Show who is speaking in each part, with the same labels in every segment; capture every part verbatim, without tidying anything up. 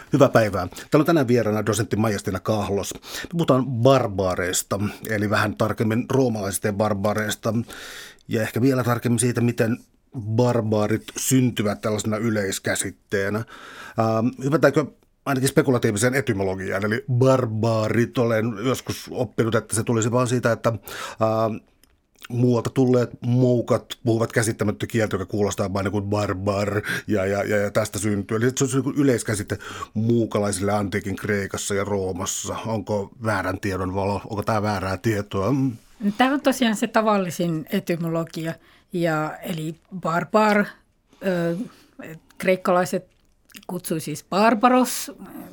Speaker 1: Hyvää päivää. Täällä on tänään vieraana dosentti Maija-Stina Kahlos. Me puhutaan barbaareista, eli vähän tarkemmin roomalaisista ja barbaareista, ja ehkä vielä tarkemmin siitä, miten barbaarit syntyvät tällaisena yleiskäsitteenä. Ähm, hypätäänkö ainakin spekulatiiviseen etymologiaan, eli barbaarit, olen joskus oppinut, että se tulisi vaan siitä, että ähm, muualta tulleet moukat puhuvat käsittämättä kieltä, joka kuulostaa vain kuin barbar, ja, ja, ja, ja tästä syntyy. Eli se on yleiskäsite muukalaisille antiikin Kreikassa ja Roomassa. Onko väärän tiedon valo? Onko tämä väärää tietoa?
Speaker 2: Tämä on tosiaan se tavallisin etymologia, ja, eli barbar, ö, kreikkalaiset kutsui siis barbaros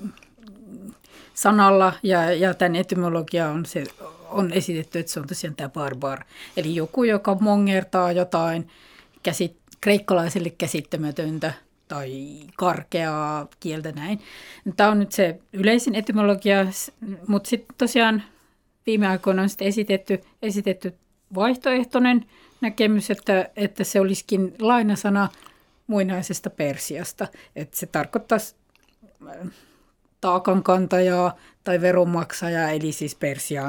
Speaker 2: sanalla, ja, ja tämän etymologia on se, on esitetty, että se on tosiaan tämä barbar. Eli joku, joka mongertaa jotain käsit, kreikkalaiselle käsittämätöntä tai karkeaa kieltä näin. Tämä on nyt se yleisin etymologia, mutta sitten tosiaan viime aikoina on sitten esitetty, esitetty vaihtoehtoinen näkemys, että, että se olisikin lainasana muinaisesta Persiasta. Että se tarkoittaisi taakankantajaa tai veronmaksajaa, eli siis Persian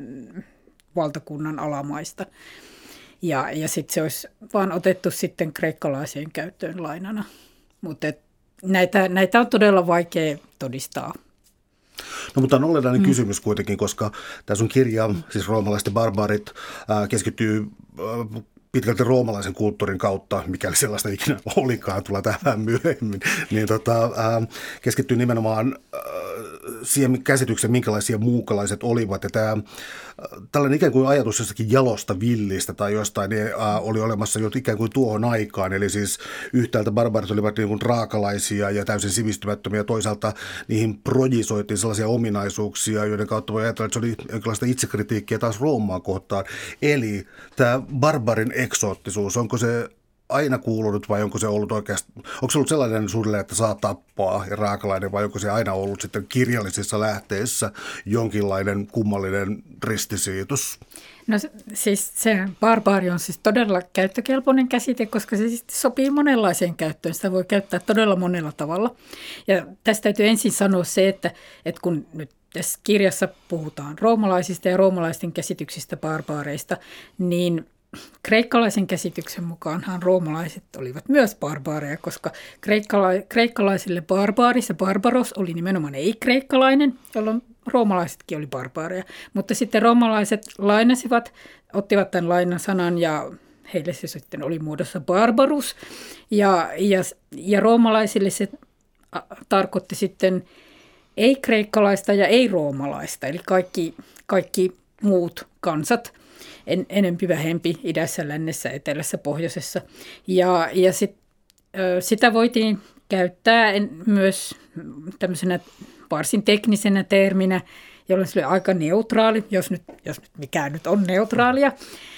Speaker 2: valtakunnan alamaista. Ja, ja sitten se olisi vaan otettu sitten kreikkalaiseen käyttöön lainana. Mutta näitä, näitä on todella vaikea todistaa.
Speaker 1: No, mutta on olennainen mm. kysymys kuitenkin, koska tämä sun kirja, siis roomalaiset barbaarit, ää, keskittyy ää, pitkälti roomalaisen kulttuurin kautta, mikäli sellaista ikinä olikaan, tulee tähän vähän myöhemmin, niin tota, ää, keskittyy nimenomaan ää, siihen käsitykseen, minkälaisia muukalaiset olivat. Ja tämä, tällainen ikään kuin ajatus jostakin jalosta villistä tai jostain niin, ää, oli olemassa jo ikään kuin tuohon aikaan. Eli siis yhtäältä barbaarit olivat niin kuin raakalaisia ja täysin sivistymättömiä, toisaalta niihin projisoitiin sellaisia ominaisuuksia, joiden kautta voi ajatella, että se oli jonkinlaista itsekritiikkiä taas Roomaa kohtaan. Eli tämä barbarin eksoottisuus, onko se aina kuulunut vai onko se ollut oikeasti, onko se ollut sellainen suunnilleen, että saa tappaa ja raakalainen, vai onko se aina ollut sitten kirjallisissa lähteissä jonkinlainen kummallinen ristisiitos?
Speaker 2: No siis se barbaari on siis todella käyttökelpoinen käsite, koska se siis sopii monenlaiseen käyttöön. Sitä voi käyttää todella monella tavalla. Ja tästä täytyy ensin sanoa se, että, että kun nyt tässä kirjassa puhutaan roomalaisista ja roomalaisten käsityksistä barbaareista, niin kreikkalaisen käsityksen mukaanhan roomalaiset olivat myös barbaareja, koska kreikkala- kreikkalaisille barbaaris ja barbaros oli nimenomaan ei-kreikkalainen, jolloin roomalaisetkin oli barbaareja. Mutta sitten roomalaiset lainasivat, ottivat tämän lainan sanan ja heille se sitten oli muodossa barbarus. Ja, ja, ja roomalaisille se tarkoitti sitten ei-kreikkalaista ja ei-roomalaista, eli kaikki, kaikki muut kansat. En, enempi vähempi idässä, lännessä, etelässä, pohjoisessa. Ja, ja sit, ö, sitä voitiin käyttää en, myös tämmöisenä varsin teknisenä terminä, jolloin se oli aika neutraali, jos nyt, jos nyt mikään nyt on neutraalia.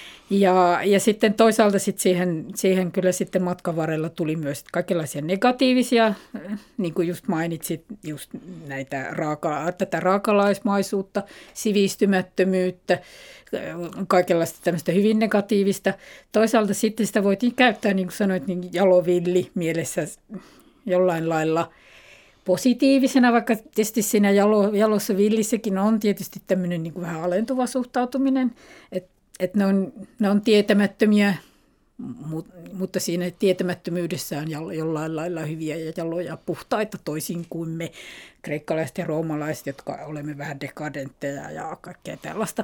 Speaker 2: Ja, ja sitten toisaalta sit siihen, siihen kyllä sitten matkan varrella tuli myös kaikenlaisia negatiivisia, niin kuin just mainitsit, just näitä raaka, tätä raakalaismaisuutta, sivistymättömyyttä, kaikenlaista tämmöistä hyvin negatiivista. Toisaalta sitten sitä voitiin käyttää, niin kuin sanoit, niin jalovilli mielessä jollain lailla positiivisena, vaikka tietysti siinä jalo, jalossa villissäkin on tietysti tämmöinen niin kuin vähän alentuva suhtautuminen, että et ne, on, ne on tietämättömiä, mutta siinä tietämättömyydessä on jollain lailla hyviä ja jaloja puhtaita toisin kuin me kreikkalaiset ja roomalaiset, jotka olemme vähän dekadentteja ja kaikkea tällaista.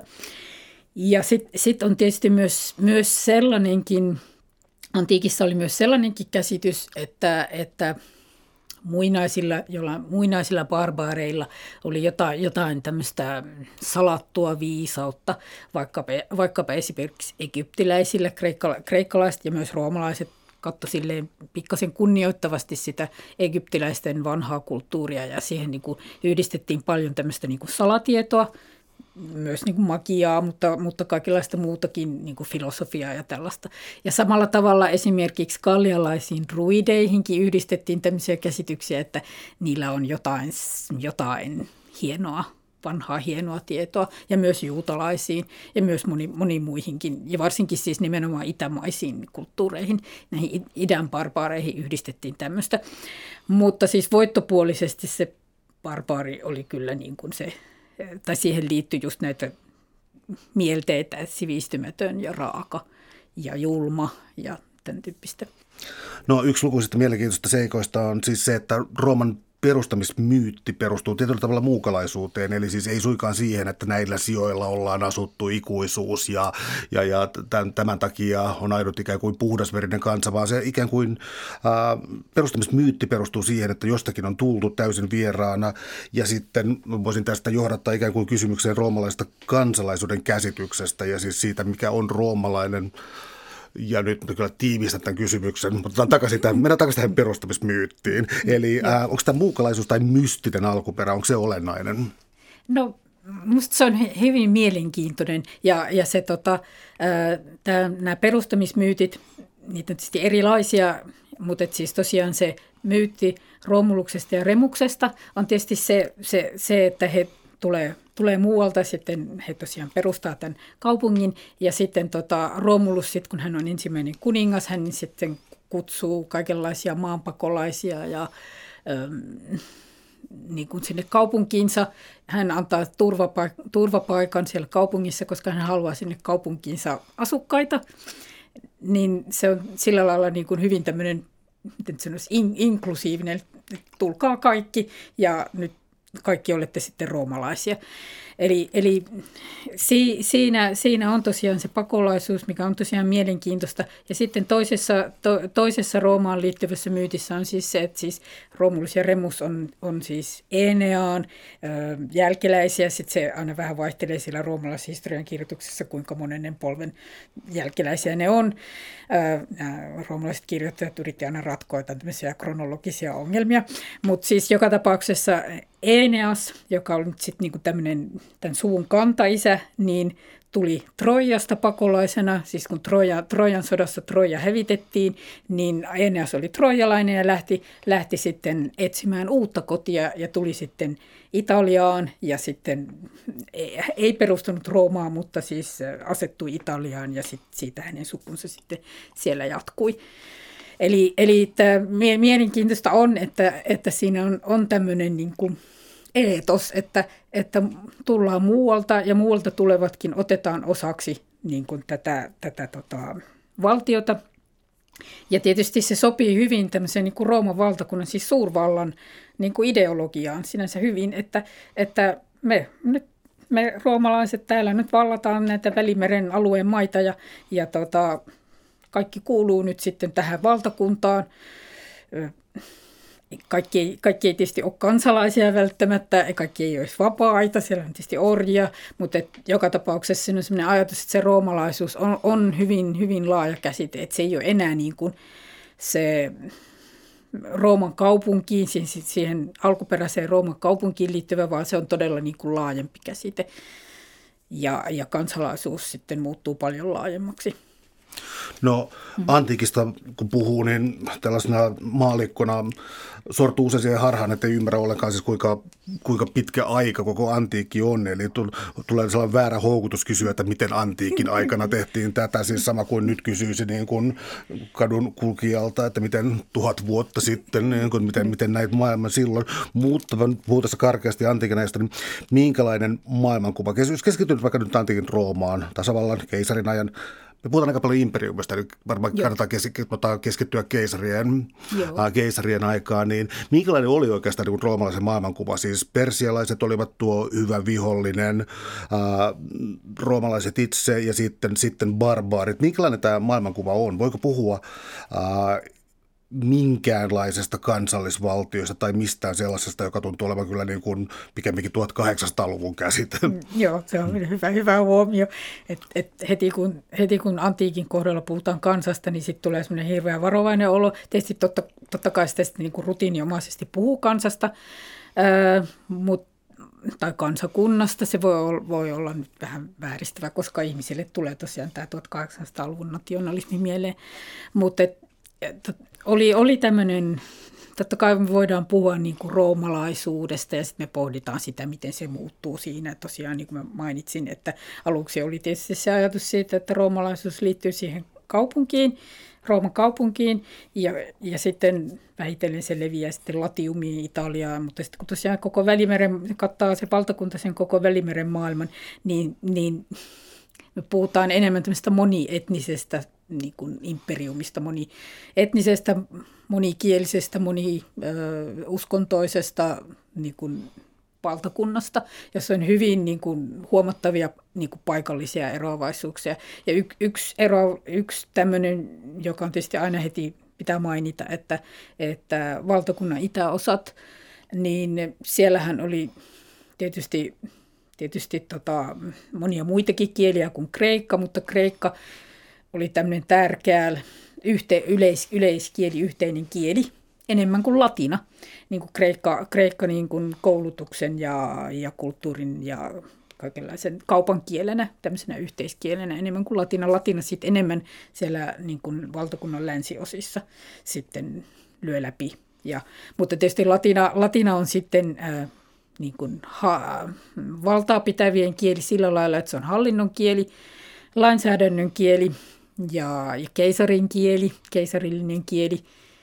Speaker 2: Ja sitten sit on tietysti myös, myös sellainenkin, antiikissa oli myös sellainenkin käsitys, että, että muinaisilla, jollain, muinaisilla barbaareilla oli jotain, jotain tämmöistä salattua viisautta, vaikkapa, vaikkapa esimerkiksi egyptiläisillä, kreikkala, kreikkalaiset ja myös roomalaiset katsoi silleen pikkasen kunnioittavasti sitä egyptiläisten vanhaa kulttuuria ja siihen niin kuin yhdistettiin paljon tämmöistä niin kuin salatietoa, myös niin kuin magiaa, mutta, mutta kaikenlaista muutakin niin kuin filosofiaa ja tällaista. Ja samalla tavalla esimerkiksi gallialaisiin druideihinkin yhdistettiin tämmöisiä käsityksiä, että niillä on jotain, jotain hienoa, vanhaa hienoa tietoa, ja myös juutalaisiin ja myös moni, moni muihinkin, ja varsinkin siis nimenomaan itämaisiin kulttuureihin, näihin idän barbaareihin yhdistettiin tämmöistä. Mutta siis voittopuolisesti se barbaari oli kyllä niin kuin se, tai siihen liittyi just näitä mielteitä, sivistymätön ja raaka ja julma ja tämän tyyppistä.
Speaker 1: No yksi lukuisista mielenkiintoista seikoista on siis se, että Rooman perustamismyytti perustuu tietyllä tavalla muukalaisuuteen, eli siis ei suinkaan siihen, että näillä sijoilla ollaan asuttu ikuisuus ja, ja, ja tämän, tämän takia on ainut ikään kuin puhdasverinen kansa, vaan se ikään kuin ää, perustamismyytti perustuu siihen, että jostakin on tultu täysin vieraana ja sitten voisin tästä johdattaa ikään kuin kysymykseen roomalaisesta kansalaisuuden käsityksestä ja siis siitä, mikä on roomalainen. Ja nyt kyllä tiivistän tämän kysymyksen, mutta otetaan takaisin tähän, mennään takaisin tähän perustamismyyttiin. Eli ää, onko tämä muukalaisuus tai mystinen alkuperä, onko se olennainen?
Speaker 2: No musta se on hyvin mielenkiintoinen ja, ja se, tota, ää, nämä perustamismyytit, niitä on tietysti erilaisia, mutta et siis tosiaan se myytti Romuluksesta ja Remuksesta on tietysti se, se, se että he tulee Tulee muualta, sitten he tosiaan perustaa tämän kaupungin ja sitten tota, Romulus, sit, kun hän on ensimmäinen kuningas, hän sitten kutsuu kaikenlaisia maanpakolaisia ja ähm, niin kuin sinne kaupunkiinsa. Hän antaa turvapaik- turvapaikan siellä kaupungissa, koska hän haluaa sinne kaupunkiinsa asukkaita. Niin se on sillä lailla niin kuin hyvin tämmöinen, miten sanoisi, in- inklusiivinen, että tulkaa kaikki ja nyt kaikki olette sitten roomalaisia. Eli, eli si, siinä, siinä on tosiaan se pakolaisuus, mikä on tosiaan mielenkiintoista. Ja sitten toisessa, to, toisessa Roomaan liittyvässä myytissä on siis se, että siis Romulus ja Remus on, on siis Eneaan ö, jälkeläisiä. Sitten se aina vähän vaihtelee siellä roomalaishistorian kirjoituksessa, kuinka monennen polven jälkeläisiä ne on. Ö, nämä roomalaiset kirjoittajat yrittävät aina ratkoa tämmöisiä kronologisia ongelmia. Mutta siis joka tapauksessa Eneas, joka on nyt sitten niinku tämmöinen tämän suvun kantaisä, niin tuli Troijasta pakolaisena, siis kun Troja, Trojan sodassa Troja hävitettiin, niin Eneas oli trojalainen ja lähti, lähti sitten etsimään uutta kotia ja tuli sitten Italiaan ja sitten ei, ei perustunut Roomaan, mutta siis asettui Italiaan ja sit, siitä hänen sukunsa sitten siellä jatkui. Eli, eli tämä mielenkiintoista on, että, että siinä on, on tämmöinen niin kuin eetos, että, että tullaan muualta ja muualta tulevatkin otetaan osaksi niin kuin tätä, tätä tota, valtiota. Ja tietysti se sopii hyvin tämmöiseen niin kuin Rooman valtakunnan, siis suurvallan niin kuin ideologiaan sinänsä hyvin, että, että me nyt me roomalaiset täällä nyt vallataan näitä Välimeren alueen maita ja, ja tota, kaikki kuuluu nyt sitten tähän valtakuntaan. Kaikki ei, kaikki ei tietysti ole kansalaisia välttämättä, kaikki ei olisi vapaita, siellä on tietysti orjia, mutta et joka tapauksessa siinä on sellainen ajatus, että se roomalaisuus on, on hyvin, hyvin laaja käsite, että se ei ole enää niin kuin se Rooman kaupunkiin, siihen alkuperäiseen Rooman kaupunkiin liittyvä, vaan se on todella niin kuin laajempi käsite ja, ja kansalaisuus sitten muuttuu paljon laajemmaksi.
Speaker 1: No antiikista kun puhuu, niin tällaisena maalikkona sortuu usein siihen harhaan, että ei ymmärrä ollenkaan siis kuinka, kuinka pitkä aika koko antiikki on. Eli tulee sellainen väärä houkutus kysyä, että miten antiikin aikana tehtiin tätä. Siis sama kuin nyt kysyisi niin kuin kadun kulkijalta, että miten tuhat vuotta sitten, niin kuin miten, miten näitä maailman silloin. Mutta puhutaan tässä karkeasti antiikin ajasta, niin minkälainen maailmankuva? Jos keskityt vaikka nyt antiikin Roomaan, tasavallan, keisarin ajan, me puhutaan aika paljon imperiumista, eli varmaan Joo. kannattaa keskittyä keisarien, äh, keisarien aikaan. Niin minkälainen oli oikeastaan niin roomalaisen maailmankuva? Siis persialaiset olivat tuo hyvä vihollinen, äh, roomalaiset itse ja sitten, sitten barbaarit. Minkälainen tämä maailmankuva on? Voiko puhua äh, minkäänlaisesta kansallisvaltiosta tai mistään sellaisesta, joka tuntuu olevan kyllä niin kuin pikemminkin tuhatkahdeksansataaluvun käsite?
Speaker 2: Joo, se on hyvä, hyvä huomio. Et, et heti, kun, heti kun antiikin kohdalla puhutaan kansasta, niin sitten tulee semmoinen hirveän varovainen olo. Tietysti totta, totta kai sitä niin kuin rutiiniomaisesti puhuu kansasta, ää, mut, tai kansakunnasta. Se voi olla, voi olla nyt vähän vääristävä, koska ihmisille tulee tosiaan tämä tuhatkahdeksansataaluvun nationalismi mieleen. Mutta Oli, oli tämmöinen, totta kai me voidaan puhua niin kuin roomalaisuudesta ja sitten me pohditaan sitä, miten se muuttuu siinä. Tosiaan niin kuin mä mainitsin, että aluksi oli tietysti se ajatus siitä, että roomalaisuus liittyy siihen kaupunkiin, Rooman kaupunkiin ja, ja sitten vähitellen se leviää sitten Latiumiin Italiaan, mutta sitten kun tosiaan koko Välimeren, kattaa se valtakunta sen koko Välimeren maailman, niin, niin me puhutaan enemmän tämmöistä monietnisestä niin kuin imperiumista, monietnisestä, monikielisestä, moniuskontoisesta niin kuin valtakunnasta, jossa on hyvin niin kuin, huomattavia niin kuin, paikallisia eroavaisuuksia. Ja y, yksi, ero, yksi tämmöinen, joka on tietysti aina heti pitää mainita, että, että valtakunnan itäosat, niin siellähän oli tietysti, tietysti tota, monia muitakin kieliä kuin kreikka, mutta kreikka oli tämmöinen tärkeä yhte, yleis, yleiskieli, yhteinen kieli, enemmän kuin latina, niin kuin kreikka, kreikka niin kuin koulutuksen ja, ja kulttuurin ja kaikenlaisen kaupan kielenä, tämmöisenä yhteiskielenä enemmän kuin latina. Latina sitten enemmän siellä niin kuin valtakunnan länsiosissa sitten lyö läpi. Ja, mutta tietysti latina, latina on sitten äh, niin kuin ha, valtaa pitävien kieli sillä lailla, että se on hallinnon kieli, lainsäädännön kieli ja, ja keisarin kieli, keisarillinen kieli.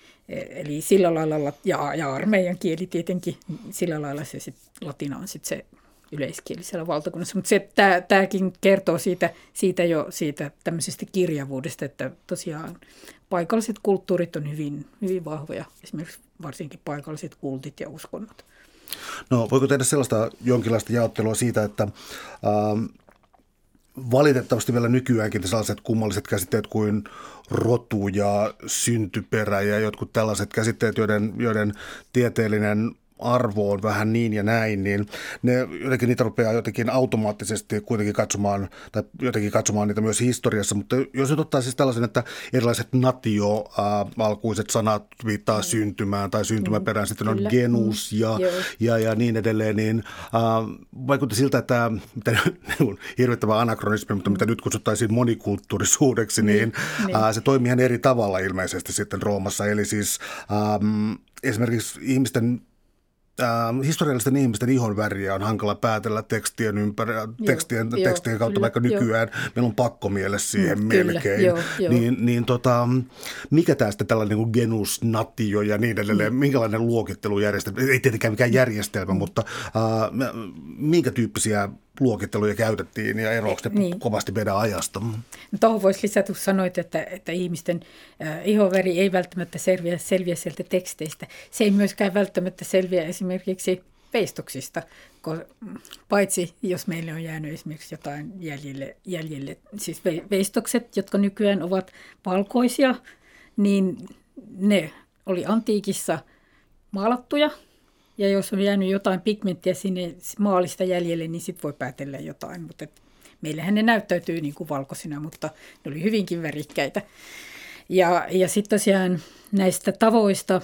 Speaker 2: Eli sillä lailla, ja, ja armeijan kieli tietenkin, sillä lailla se sit, latina on sitten se yleiskieli siellä valtakunnassa. Mutta tämäkin kertoo siitä, siitä jo siitä tämmöisestä kirjavuudesta, että tosiaan paikalliset kulttuurit on hyvin, hyvin vahvoja, esimerkiksi varsinkin paikalliset kultit ja uskonnot.
Speaker 1: No voiko tehdä sellaista jonkinlaista jaottelua siitä, että ähm, valitettavasti vielä nykyäänkin sellaiset kummalliset käsitteet kuin rotu ja syntyperä ja jotkut tällaiset käsitteet, joiden, joiden tieteellinen arvo on vähän niin ja näin, niin ne jotenkin niitä rupeaa jotenkin automaattisesti kuitenkin katsomaan, tai jotenkin katsomaan niitä myös historiassa, mutta jos nyt ottaa siis tällaisen, että erilaiset natio-alkuiset sanat viittaa mm. syntymään tai syntymäperään, mm, sitten on genus ja, mm. ja, ja niin edelleen, niin äh, vaikutti siltä, että mitä, hirvittävä anakronismi, mutta mitä nyt kutsuttaisiin monikulttuurisuudeksi, niin mm. äh, se toimii ihan eri tavalla ilmeisesti sitten Roomassa, eli siis ähm, esimerkiksi ihmisten Äh, historiallisten ihmisten ihonväriä on hankala päätellä tekstien, ympärä, joo, tekstien, joo, tekstien kautta, kyllä, vaikka nykyään joo. Meillä on pakkomielle siihen mm, melkein. Kyllä, joo, joo. Niin, niin tota, mikä tämä sitten tällainen niin kuin genus, natio ja niin edelleen, mm. minkälainen luokittelujärjestelmä, ei tietenkään mikään järjestelmä, mm. mutta äh, minkä tyyppisiä luokitteluja käytettiin ja eroako ne niin kovasti meidän ajasta? No,
Speaker 2: tuohon voisi lisätä, sanoit, että, että ihmisten äh, ihonväri ei välttämättä selviä, selviä sieltä teksteistä. Se ei myöskään välttämättä selviä esimerkiksi veistoksista, paitsi jos meille on jäänyt esimerkiksi jotain jäljelle, jäljelle. Siis veistokset, jotka nykyään ovat valkoisia, niin ne oli antiikissa maalattuja. Ja jos on jäänyt jotain pigmenttiä sinne maalista jäljelle, niin sitten voi päätellä jotain. Mutta meillähän ne näyttäytyy niin kuin valkoisina, mutta ne oli hyvinkin värikkäitä. Ja, ja sitten tosiaan näistä tavoista,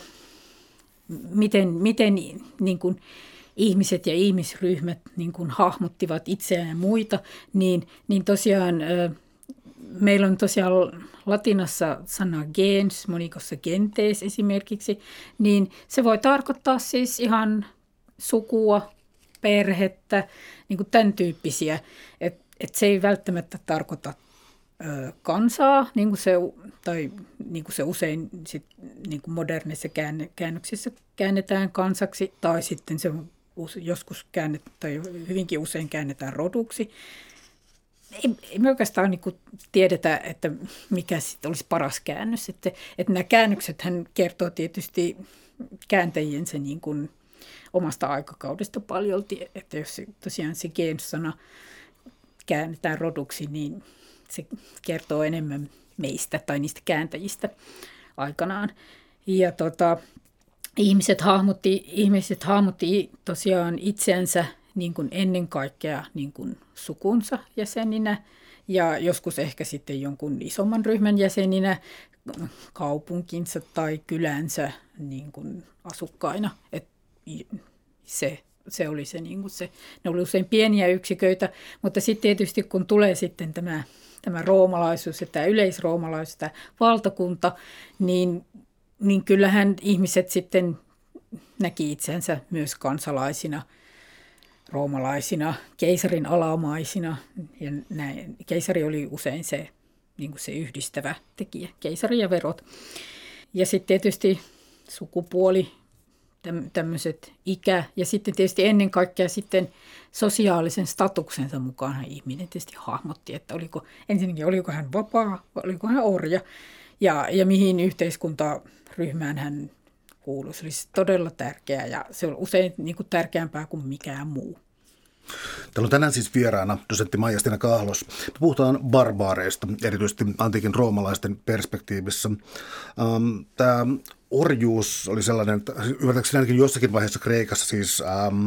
Speaker 2: miten, miten niin kuin ihmiset ja ihmisryhmät niin kuin hahmottivat itseään ja muita, niin, niin tosiaan meillä on tosiaan latinassa sana gens, monikossa gentes esimerkiksi, niin se voi tarkoittaa siis ihan sukua, perhettä, niin kuin tämän tyyppisiä. Että et se ei välttämättä tarkoita ö, kansaa, niin kuin se, tai niin kuin se usein sit, niin kuin modernissa käännöksissä käännetään kansaksi, tai sitten se joskus käännetään, tai hyvinkin usein käännetään roduksi. Ei, ei me oikeastaan niin kuin tiedetä, että mikä sitten olisi paras käännös. Että, että nämä käännöksethän kertoo tietysti kääntäjiensä niin kuin omasta aikakaudesta paljolti. Että jos se, tosiaan se gens-sana käännetään roduksi, niin se kertoo enemmän meistä tai niistä kääntäjistä aikanaan. Ja tota, ihmiset hahmotti, ihmiset hahmotti tosiaan itseänsä niin kuin ennen kaikkea niin kuin sukunsa jäseninä ja joskus ehkä sitten jonkun isomman ryhmän jäseninä, kaupunkinsa tai kylänsä niin kuin asukkaina. Et se, se oli se, niin kuin se, ne oli usein pieniä yksiköitä, mutta sitten tietysti kun tulee sitten tämä, tämä roomalaisuus ja tämä yleisroomalaisuus, tämä valtakunta, niin, niin kyllähän ihmiset sitten näki itsensä myös kansalaisina, roomalaisina, keisarin alamaisina. Ja näin. Keisari oli usein se niin kuin se yhdistävä tekijä, keisari ja verot. Ja sitten tietysti sukupuoli, tämmöiset ikä ja sitten tietysti ennen kaikkea sitten sosiaalisen statuksensa mukaan ihminen tietysti hahmotti, että oliko, ensinnäkin oliko hän vapaa, oliko hän orja ja, ja mihin yhteiskuntaryhmään hän kuului. Se olisi todella tärkeää ja se on usein niin kuin tärkeämpää kuin mikään muu.
Speaker 1: Täällä on tänään siis vieraana dosentti Maija-Stina Kahlos. Me puhutaan barbaareista, erityisesti antiikin roomalaisten perspektiivissä. Tämä orjuus oli sellainen, että ymmärtääkseni ainakin jossakin vaiheessa Kreikassa siis ähm,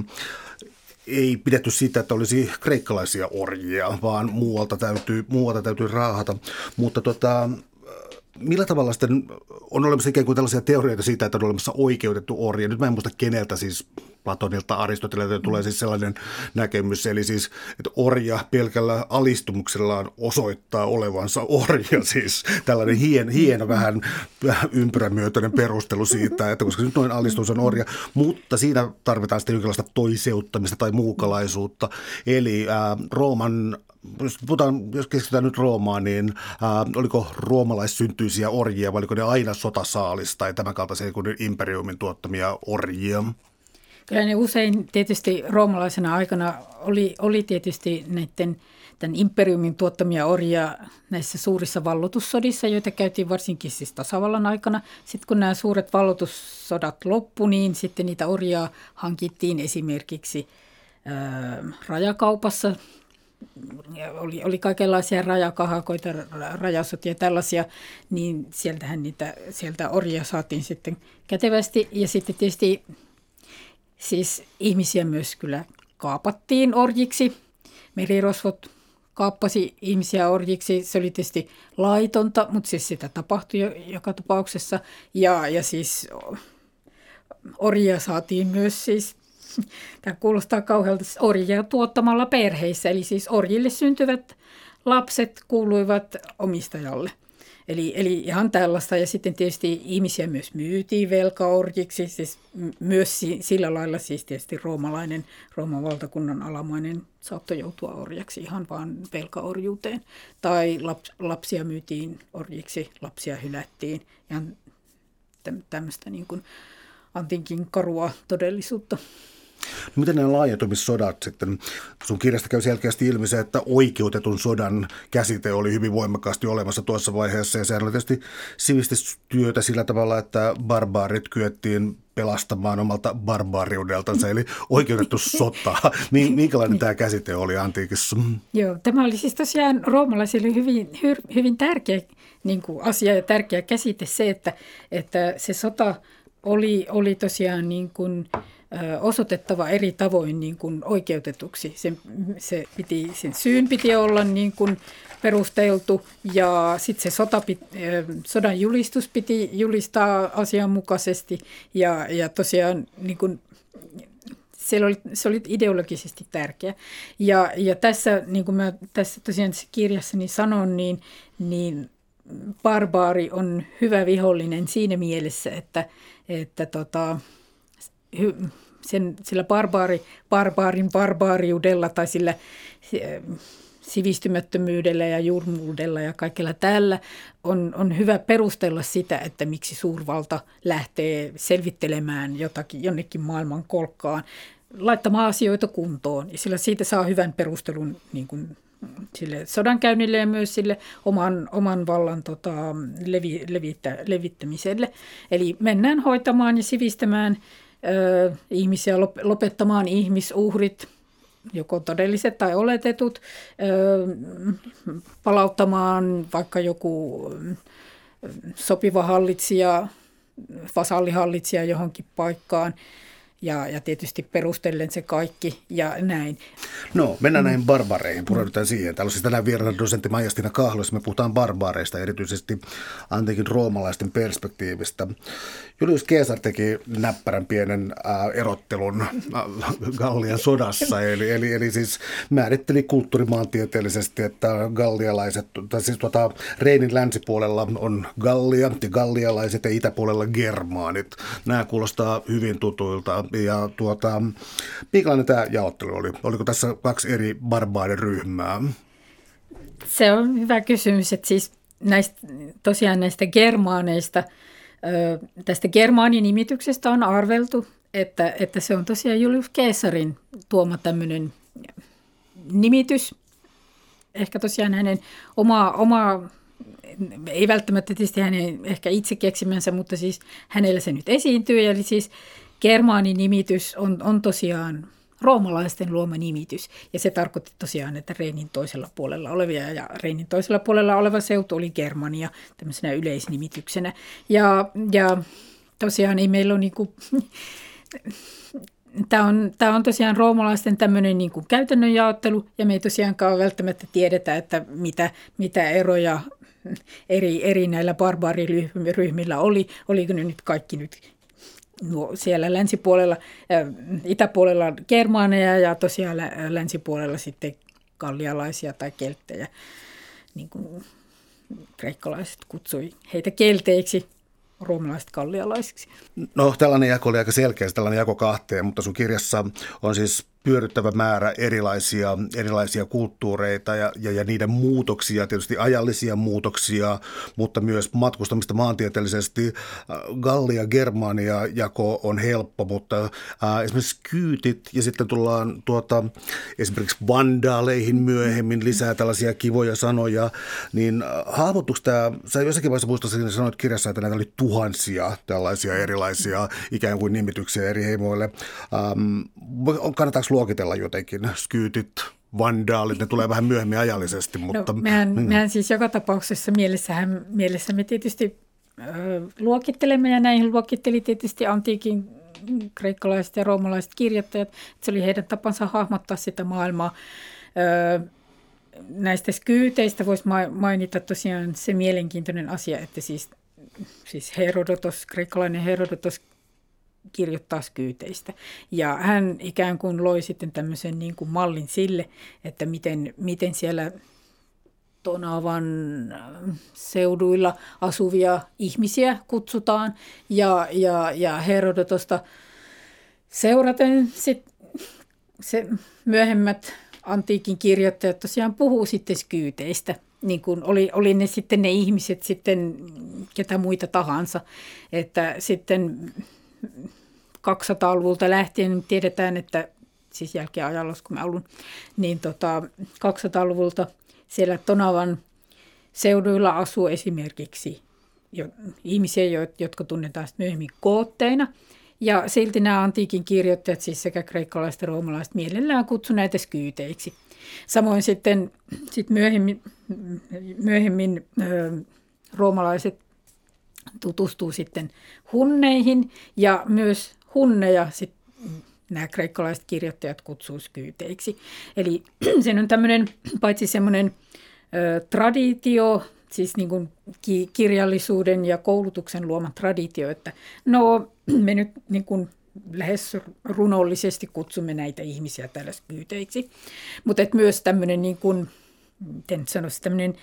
Speaker 1: ei pidetty siitä, että olisi kreikkalaisia orjia, vaan muualta täytyy, muualta täytyy raahata. Mutta tota, millä tavalla sitten on olemassa ikään kuin tällaisia teorioita siitä, että on olemassa oikeutettu orja? Nyt mä en muista keneltä, siis Platonilta, Aristotelelta tulee siis sellainen näkemys, eli siis, että orja pelkällä alistumuksellaan osoittaa olevansa orja, siis tällainen hien, hieno vähän, vähän ympyrämyötöinen perustelu siitä, että koska nyt noin alistus on orja, mutta siinä tarvitaan sitten jonkinlaista toiseuttamista tai muukalaisuutta, eli ää, Rooman Jos, puhutaan, jos keskitytään nyt Roomaan, niin ää, oliko roomalaissyntyisiä orjia vai oliko ne aina sotasaalis tai tämän kaltaisia kuin imperiumin tuottamia orjia?
Speaker 2: Kyllä ne usein tietysti roomalaisena aikana oli, oli tietysti näiden tämän imperiumin tuottamia orjia näissä suurissa valloitussodissa, joita käytiin varsinkin siis tasavallan aikana. Sitten kun nämä suuret valloitussodat loppu, niin sitten niitä orjia hankittiin esimerkiksi ää, rajakaupassa. Ja oli, oli kaikenlaisia rajakahakoita, rajasotia tällaisia, niin sieltähän niitä, sieltä orjia saatiin sitten kätevästi. Ja sitten tietysti siis ihmisiä myös kyllä kaapattiin orjiksi. Merirosvot kaappasi ihmisiä orjiksi. Se oli tietysti laitonta, mutta siis sitä tapahtui jo, joka tapauksessa. Ja, ja siis orjia saatiin myös siis... Tämä kuulostaa kauhealta orjia tuottamalla perheissä, eli siis orjille syntyvät lapset kuuluivat omistajalle. Eli, eli ihan tällaista, ja sitten tietysti ihmisiä myös myytiin velkaorjiksi, siis myös sillä lailla siis tietysti roomalainen, Rooman valtakunnan alamainen saattoi joutua orjaksi ihan vaan velkaorjuuteen. Tai laps, lapsia myytiin orjiksi, lapsia hylättiin, ihan tämmöistä niin kuin antiikin karua todellisuutta.
Speaker 1: No miten nämä laajentumissodat sitten? Sun kirjasta käy selkeästi ilmi se, että oikeutetun sodan käsite oli hyvin voimakkaasti olemassa tuossa vaiheessa. Ja sehän oli tietysti sivistystyötä sillä tavalla, että barbaarit kyettiin pelastamaan omalta barbaariudeltansa, eli oikeutettu sota. Minkälainen tämä käsite oli antiikissa?
Speaker 2: Joo, tämä oli siis tosiaan roomalaisille hyvin, hyvin tärkeä niin kuin asia ja tärkeä käsite se, että, että se sota oli, oli tosiaan niin kuin osoitettava eri tavoin niin kuin oikeutetuksi. Sen, se piti, sen syyn piti olla niin kuin perusteltu ja sitten se sota piti, sodan julistus piti julistaa asianmukaisesti ja, ja tosiaan niin kuin, se, oli, se oli ideologisesti tärkeä. Ja, ja tässä, niin kuin mä tässä tosiaan tässä kirjassani sanon, niin, niin barbaari on hyvä vihollinen siinä mielessä, että, että tota, sen, sillä barbaari, barbaarin barbaariudella tai sillä sivistymättömyydellä ja julmuudella ja kaikella tällä on, on hyvä perustella sitä, että miksi suurvalta lähtee selvittelemään jotakin, jonnekin maailman kolkkaan, laittamaan asioita kuntoon. Ja sillä siitä saa hyvän perustelun niin kuin sille sodankäynnille ja myös sille oman, oman vallan tota, levi, levittä, levittämiselle. Eli mennään hoitamaan ja sivistämään ö, ihmisiä, lopettamaan ihmisuhrit, joko todelliset tai oletetut, ö, palauttamaan vaikka joku sopiva hallitsija, vasallihallitsija johonkin paikkaan. Ja, ja tietysti perustellen se kaikki ja näin.
Speaker 1: No, mennään näihin barbareihin, pureudutaan siihen. Täällä on siis tänään vieraana dosentti Maija-Stina Kahlos. Me puhutaan barbaareista, erityisesti antiikin roomalaisten perspektiivistä. Julius Caesar teki näppärän pienen äh, erottelun äh, Gallian sodassa, eli, eli, eli siis määritteli kulttuurimaantieteellisesti, että gallialaiset, tai siis tuota, Reinin länsipuolella on Gallia ja gallialaiset ja itäpuolella germaanit. Nämä kuulostaa hyvin tutuilta. Ja tuota, minkälainen tämä jaottelu oli? Oliko tässä kaksi eri barbaariryhmää?
Speaker 2: Se on hyvä kysymys, että siis näistä, tosiaan näistä germaaneista, tästä germaaninimityksestä on arveltu, että, että se on tosiaan Julius Caesarin tuoma tämmöinen nimitys. Ehkä tosiaan hänen oma, oma, ei välttämättä tietysti hänen ehkä itse keksimänsä, mutta siis hänellä se nyt esiintyy. Eli siis germaaninimitys on, on tosiaan roomalaisten luoma nimitys. Ja se tarkoitti tosiaan, että Reinin toisella puolella olevia ja Reinin toisella puolella oleva seutu oli Germania tämmöisenä yleisnimityksenä. Ja, ja tosiaan ei meillä ole niin kuin, tämä on, tämä on tosiaan roomalaisten tämmöinen niin kuin käytännön jaottelu ja me ei tosiaankaan välttämättä tiedetä, että mitä, mitä eroja eri, eri näillä barbaariryhmillä oli. Oliko ne nyt kaikki nyt no, siellä länsipuolella, äh, itäpuolella germaaneja ja tosiaan länsipuolella sitten gallialaisia tai kelttejä, niin kuin kreikkalaiset kutsui heitä kelteiksi, roomalaiset gallialaisiksi.
Speaker 1: No tällainen jako oli aika selkeä, tällainen jako kahteen, mutta sun kirjassa on siis pyöryttävä määrä erilaisia, erilaisia kulttuureita ja, ja, ja niiden muutoksia, tietysti ajallisia muutoksia, mutta myös matkustamista maantieteellisesti. Gallia, Germania jako on helppo, mutta äh, esimerkiksi kyytit ja sitten tullaan tuota, esimerkiksi vandaaleihin myöhemmin lisää tällaisia kivoja sanoja, niin hahmottuiko tämä, sä jossakin vaiheessa muistaisin, että sanoit kirjassa, että näitä oli tuhansia tällaisia erilaisia ikään kuin nimityksiä eri heimoille. Ähm, kannattaako luokitella jotenkin skyytit, vandaalit, ne tulee vähän myöhemmin ajallisesti, mutta...
Speaker 2: No, mehän, mm. mehän siis joka tapauksessa mielessähän, mielessä me tietysti ö, luokittelemme, ja näihin luokitteli tietysti antiikin kreikkalaiset ja roomalaiset kirjoittajat, että se oli heidän tapansa hahmottaa sitä maailmaa. Ö, näistä skyyteistä voisi mainita tosiaan se mielenkiintoinen asia, että siis, siis Herodotos, kreikkalainen Herodotos, kirjoittaa skyyteistä. Ja hän ikään kuin loi sitten tämmöisen niin kuin mallin sille, että miten, miten siellä Tonavan seuduilla asuvia ihmisiä kutsutaan. Ja, ja, ja Herodotosta seuraten sit se myöhemmät antiikin kirjoittajat tosiaan puhuu sitten skyyteistä. Niin kuin oli, oli ne sitten ne ihmiset sitten ketä muita tahansa, että sitten kaksisataaluvulta lähtien tiedetään, että siis jälkeenajalla, kun mä olin, niin tota, kaksisataaluvulta siellä Tonavan seuduilla asuu esimerkiksi jo, ihmisiä, jotka tunnetaan myöhemmin kootteina. Ja silti nämä antiikin kirjoittajat, siis sekä kreikkalaiset ja roomalaiset, mielellään kutsu näitä skyyteiksi. Samoin sitten sit myöhemmin, myöhemmin ö, roomalaiset tutustuu sitten hunneihin ja myös hunneja sit nämä kreikkalaiset kirjoittajat kutsuu skyyteiksi. Eli se on tämmöinen paitsi semmoinen ö, traditio, siis niin kuin ki- kirjallisuuden ja koulutuksen luoma traditio, että no me nyt niin kuin lähes runollisesti kutsumme näitä ihmisiä täällä skyyteiksi, mutta myös tämmöinen niin kuin, miten sanoisi, tämmöinen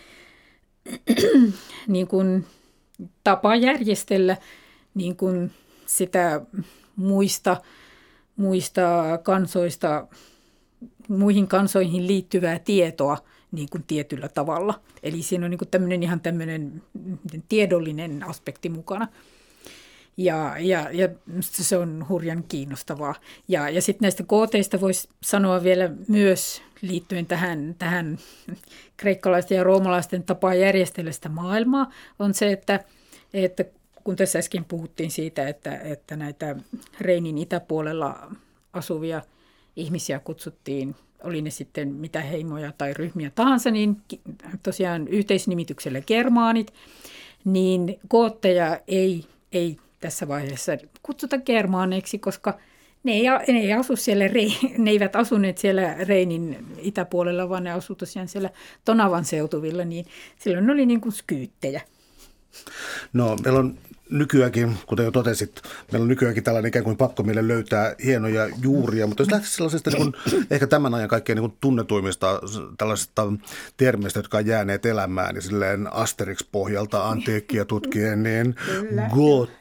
Speaker 2: niin kuin tapa järjestellä niin kuin sitä muista, muista kansoista, muihin kansoihin liittyvää tietoa niin kuin tietyllä tavalla. Eli siinä on niin kuin tämmöinen ihan tämmöinen tiedollinen aspekti mukana. Ja, ja, ja se on hurjan kiinnostavaa. Ja, ja sitten näistä kooteista voisi sanoa vielä myös liittyen tähän, tähän kreikkalaisten ja roomalaisten tapaan järjestellä sitä maailmaa, on se, että, että kun tässä äsken puhuttiin siitä, että, että näitä Reinin itäpuolella asuvia ihmisiä kutsuttiin, oli ne sitten mitä heimoja tai ryhmiä tahansa, niin tosiaan yhteisnimityksellä germaanit, niin kootteja ei, ei tässä vaiheessa kutsuta germaaneiksi, koska ne ei, ne ei asu siellä, ne eivät asuneet siellä Reinin itäpuolella, vaan ne asu tosiaan siellä Tonavan seutuvilla, niin silloin ne oli niin kuin skyyttejä.
Speaker 1: No meillä on nykyäänkin, kuten jo totesit, meillä on nykyäänkin tällainen ikään kuin pakko meille löytää hienoja juuria, mutta jos lähtisi sellaisesta niin kuin, ehkä tämän ajan kaikkein niin kuin tunnetuimmista tällaisista termeistä, jotka on jääneet elämään, niin silleen Asterix-pohjalta antiikkia tutkien, niin gotti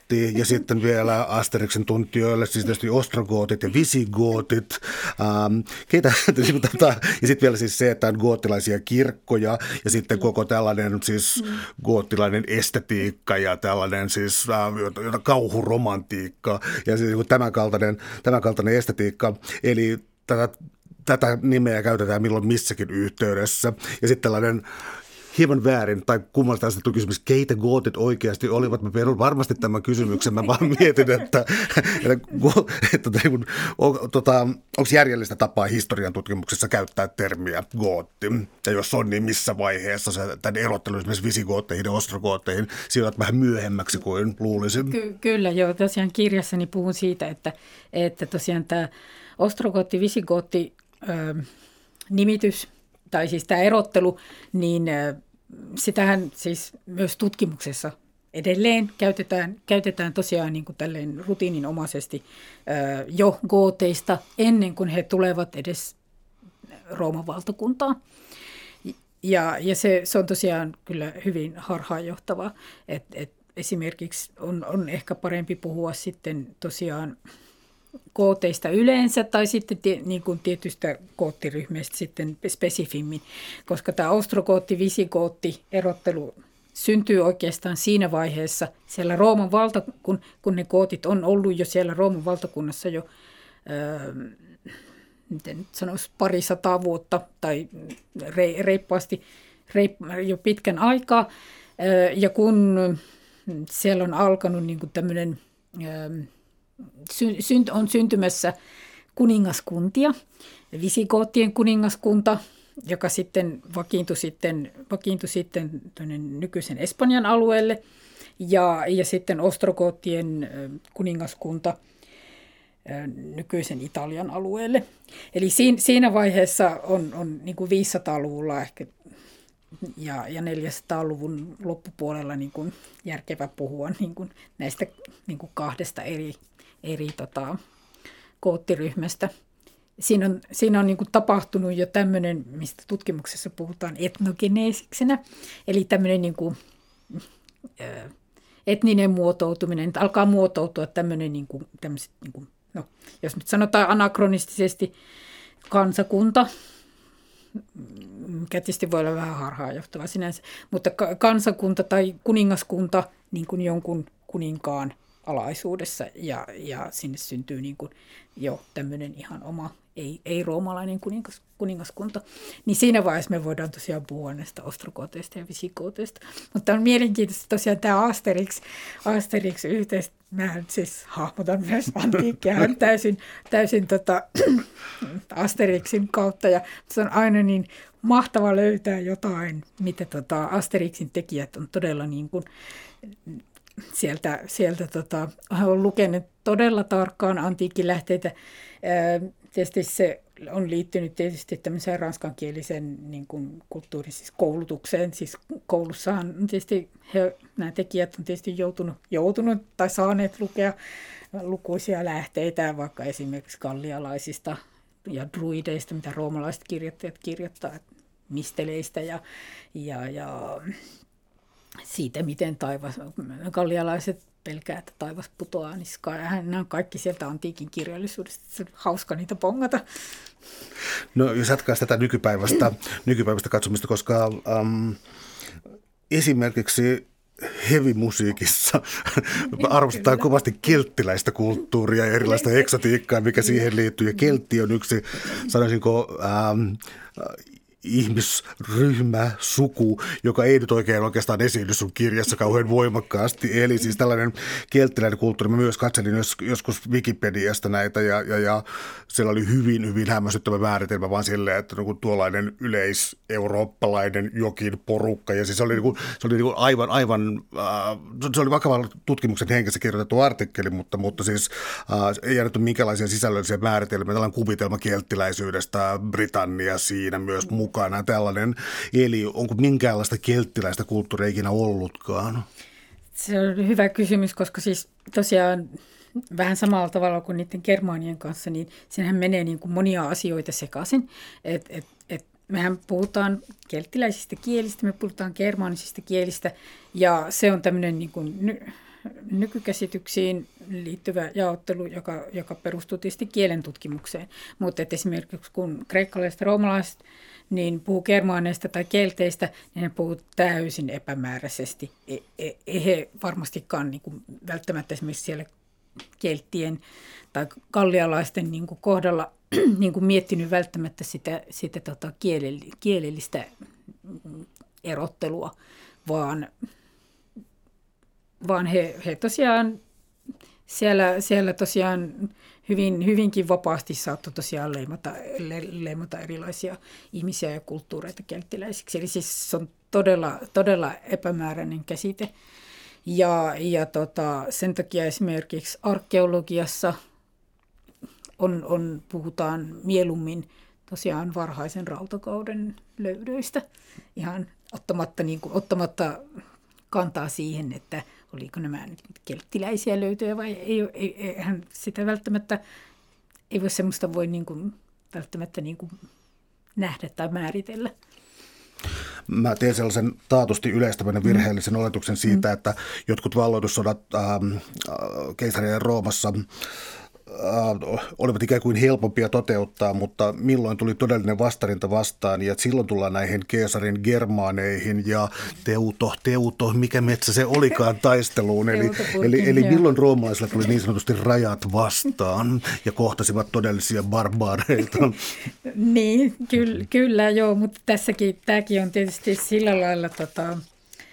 Speaker 1: gootti ja sitten vielä Asterixin tuntijoille, siis tietysti ostrogootit ja visigootit. Ähm, keitä, ja sitten vielä siis se, että on goottilaisia kirkkoja ja sitten koko tällainen siis goottilainen estetiikka ja tällainen siis äh, kauhuromantiikka ja siis tämän kaltainen, tämän kaltainen estetiikka. Eli tätä, tätä nimeä käytetään milloin missäkin yhteydessä. Ja sitten tällainen hieman väärin, tai kummallista sitä kysymys, keitä gootit oikeasti olivat. Mä perun varmasti tämän kysymyksen. Mä vaan mietin, että, että, että, että on, tota, onko järjellistä tapaa historian tutkimuksessa käyttää termiä gootti. Ja jos on, niin missä vaiheessa se, tämän erottelu esimerkiksi visigootteihin ja ostrogootteihin sijoitat vähän myöhemmäksi kuin luulisin.
Speaker 2: Ky- kyllä, joo. Tosiaan kirjassani puhun siitä, että, että tosiaan tämä ostrogootti, visigootti ö, nimitys, tai siis tämä erottelu, niin sitähän siis myös tutkimuksessa edelleen käytetään, käytetään tosiaan niin kuin tälleen rutiininomaisesti jo gooteista ennen kuin he tulevat edes Rooman valtakuntaan. Ja, ja se, se on tosiaan kyllä hyvin harhaanjohtavaa, että et esimerkiksi on, on ehkä parempi puhua sitten tosiaan gooteista yleensä tai sitten tie, niin kuin tietystä goottiryhmistä sitten spesifimmin, koska tämä ostrogootti-visigootti-erottelu syntyy oikeastaan siinä vaiheessa siellä Rooman valta, kun, kun ne gootit on ollut jo siellä Rooman valtakunnassa jo, öö, miten nyt sanoisi, pari sataa vuotta tai re, reippaasti reip, jo pitkän aikaa, öö, ja kun siellä on alkanut niin kuin tämmöinen öö, on syntymässä kuningaskuntia, visigoottien kuningaskunta, joka sitten vakiintui sitten, vakiintui sitten nykyisen Espanjan alueelle, ja, ja sitten ostrogoottien kuningaskunta nykyisen Italian alueelle. Eli siinä vaiheessa on, on niin kuin viisisataaluvulla ehkä ja, ja neljäsataaluvun loppupuolella niin kuin järkevä puhua niin kuin näistä niin kuin kahdesta eri eri tota, goottiryhmästä. Siinä on, siinä on niin kuin tapahtunut jo tämmöinen, mistä tutkimuksessa puhutaan etnogeneesiksenä, eli tämmöinen niin kuin, ä, etninen muotoutuminen, että alkaa muotoutua tämmöinen, niin kuin, tämmöiset, niin kuin, no, jos nyt sanotaan anakronistisesti kansakunta, mikä tietysti voi olla vähän harhaanjohtava sinänsä, mutta kansakunta tai kuningaskunta niin kuin jonkun kuninkaan alaisuudessa ja, ja sinne syntyy niin kuin jo tämmöinen ihan oma, ei, ei roomalainen kuningas, kuningaskunta. Niin siinä vaiheessa me voidaan tosiaan puhua näistä ostrogooteista ja visigooteista. Mutta on mielenkiintoista tosiaan tämä Asterix, Asterix yhteistä. Mä siis hahmotan myös antiikkia täysin, täysin tota, Asterixin kautta ja se on aina niin mahtava löytää jotain, mitä tota Asterixin tekijät on todella niin kuin Sieltä, sieltä tota, olen lukenut todella tarkkaan antiikkilähteitä. Tietysti se on liittynyt tietysti tämmöiseen ranskankielisen niin kuin kulttuurin, siis koulutukseen. Siis koulussahan tietysti he, nämä tekijät on tietysti joutunut, joutunut tai saaneet lukea lukuisia lähteitä, vaikka esimerkiksi gallialaisista ja druideista, mitä roomalaiset kirjoittajat kirjoittaa, misteleistä ja, ja, ja siitä, miten taivas, gallialaiset pelkää, että taivas putoaa niskaan. Ja nämä on kaikki sieltä antiikin kirjallisuudesta. Se on hauska niitä pongata.
Speaker 1: No jos jatkaa tätä nykypäivästä, nykypäivästä katsomista, koska ähm, esimerkiksi heavy-musiikissa arvostetaan kovasti kelttiläistä kulttuuria ja erilaista eksotiikkaa, mikä siihen liittyy. Ja keltti on yksi, sanoisinko, ähm, ihmisryhmä, suku, joka ei nyt oikein oikeastaan esiinny sun kirjassa kauhean voimakkaasti. Eli siis tällainen kelttiläinen kulttuuri. Mä myös katselin joskus Wikipediasta näitä ja, ja, ja siellä oli hyvin, hyvin hämmästyttävä määritelmä vaan silleen, että niin tuollainen yleiseurooppalainen jokin porukka. Ja siis se oli, niin kuin, se oli niin kuin aivan, aivan äh, se oli vakavan tutkimuksen hengessä kirjoitettu artikkeli, mutta, mutta siis äh, ei annettu minkälaisia sisällöllisiä määritelmiä. Tällainen kuvitelma kelttiläisyydestä, Britannia siinä myös mukaan. Tällainen. Eli onko minkäänlaista kelttiläistä kulttuuria ikinä ollutkaan?
Speaker 2: Se on hyvä kysymys, koska siis tosiaan vähän samalla tavalla kuin niiden germaanien kanssa, niin siinähän menee niin kuin monia asioita sekaisin. Et, et, et mehän puhutaan kelttiläisistä kielistä, me puhutaan germaanisista kielistä ja se on tämmöinen niin kuin nykykäsityksiin liittyvä jaottelu, joka, joka perustuu tietysti kielen tutkimukseen. Mutta esimerkiksi kun kreikkalaiset ja roomalaiset niin puhuu germaaneista tai kelteistä, niin ne puhuu täysin epämääräisesti. Ei e, e he varmastikaan niin kuin välttämättä esimerkiksi siellä kelttien tai gallialaisten niin kuin kohdalla niin kuin miettinyt välttämättä sitä, sitä tota kielellistä erottelua, vaan, vaan he, he tosiaan siellä, siellä tosiaan hyvin, hyvinkin vapaasti saattoi tosiaan leimata, le, leimata erilaisia ihmisiä ja kulttuureita kelttiläisiksi. Eli siis se on todella, todella epämääräinen käsite. Ja, ja tota, sen takia esimerkiksi arkeologiassa on, on, puhutaan mieluummin tosiaan varhaisen rautakauden löydöistä, ihan ottamatta, niin kuin, ottamatta kantaa siihen, että oliko nämä nyt kelttiläisiä löytöjä vai ei, ei, eihän sitä välttämättä, ei voi semmoista voi niin kuin, välttämättä niin kuin nähdä tai määritellä.
Speaker 1: Mä teen sellaisen taatusti yleistävän virheellisen mm. oletuksen siitä, että jotkut valloitussodat ähm, keisarien Roomassa äh, olivat ikään kuin helpompia toteuttaa, mutta milloin tuli todellinen vastarinta vastaan, ja silloin tullaan näihin keesarin germaaneihin ja teuto, teuto, mikä metsä se olikaan taisteluun, eli, eli, eli milloin roomalaisilla tuli niin sanotusti rajat vastaan ja kohtasivat todellisia barbaareita.
Speaker 2: Niin, kyllä, kyllä joo, mutta tässäkin, tämäkin on tietysti sillä lailla tota, ähm,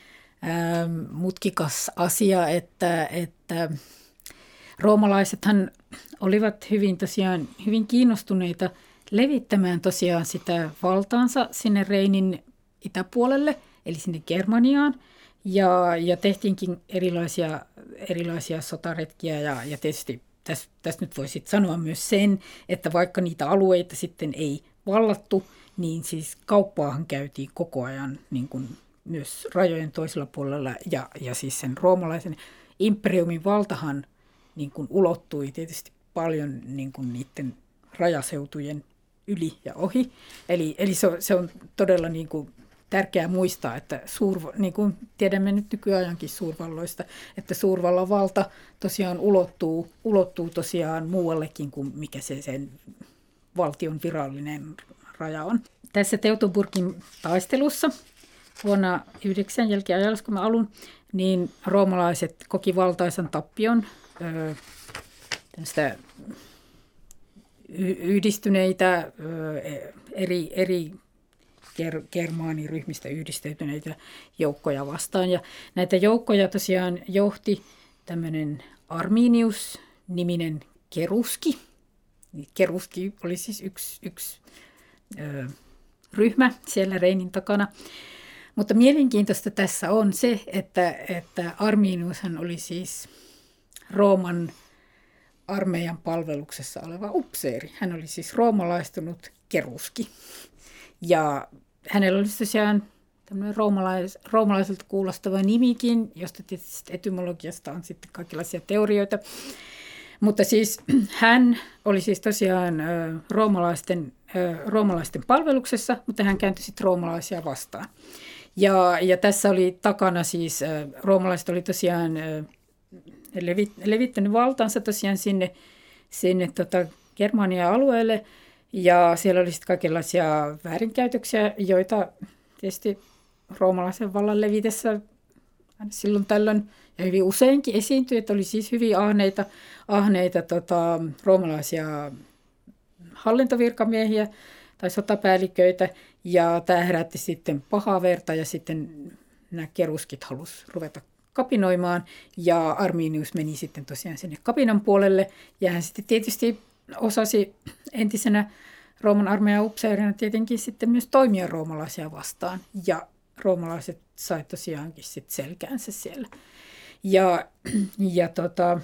Speaker 2: mutkikas asia, että, että roomalaisethan olivat hyvin tosiaan hyvin kiinnostuneita levittämään tosiaan sitä valtaansa sinne Reinin itäpuolelle, eli sinne Germaniaan, ja, ja tehtiinkin erilaisia, erilaisia sotaretkiä, ja, ja tietysti tässä, tässä nyt voisi sanoa myös sen, että vaikka niitä alueita sitten ei vallattu, niin siis kauppaahan käytiin koko ajan niin kuin myös rajojen toisella puolella, ja, ja siis sen roomalaisen imperiumin valtahan niin kuin ulottui tietysti paljon niin kuin niiden rajaseutujen yli ja ohi. Eli, eli se, on, se on todella niin kuin tärkeää muistaa, että suur, niin kuin tiedämme nyt nykyajankin suurvalloista, että suurvallan valta tosiaan ulottuu, ulottuu tosiaan muuallekin kuin mikä se sen valtion virallinen raja on. Tässä Teutoburgin taistelussa vuonna yhdeksän jälkiajalliskomman alun, niin roomalaiset koki valtaisan tappion öö, yhdistyneitä öö, eri, eri ger- germaaniryhmistä yhdisteytyneitä joukkoja vastaan. Ja näitä joukkoja tosiaan johti tämmöinen Arminius-niminen keruski. Keruski oli siis yksi, yksi öö, ryhmä siellä Reinin takana. Mutta mielenkiintoista tässä on se, että, että Arminiushan oli siis Rooman armeijan palveluksessa oleva upseeri. Hän oli siis roomalaistunut keruski. Ja hänellä oli tosiaan tämmöinen roomalais, roomalaiselta kuulostava nimikin, josta tietysti etymologiasta on sitten kaikenlaisia teorioita. Mutta siis hän oli siis tosiaan ö, roomalaisten, ö, roomalaisten palveluksessa, mutta hän kääntyi sitten roomalaisia vastaan. Ja, ja tässä oli takana siis, ö, roomalaiset oli tosiaan ö, levit, levittänyt valtaansa tosiaan sinne, sinne tota Germanian alueelle. Ja siellä oli sitten kaikenlaisia väärinkäytöksiä, joita tietysti roomalaisen vallan levitessä silloin tällöin ja hyvin useinkin esiintyi, että oli siis hyvin ahneita, ahneita tota, roomalaisia hallintovirkamiehiä tai sotapäälliköitä, ja tämä herätti sitten pahaa verta, ja sitten nämä keruskit halusi ruveta kapinoimaan, ja Arminius meni sitten tosiaan sinne kapinan puolelle, ja hän sitten tietysti osasi entisenä Rooman armeijan upseerina tietenkin sitten myös toimia roomalaisia vastaan, ja roomalaiset sai tosiaankin sitten selkäänsä siellä. Ja, ja tota,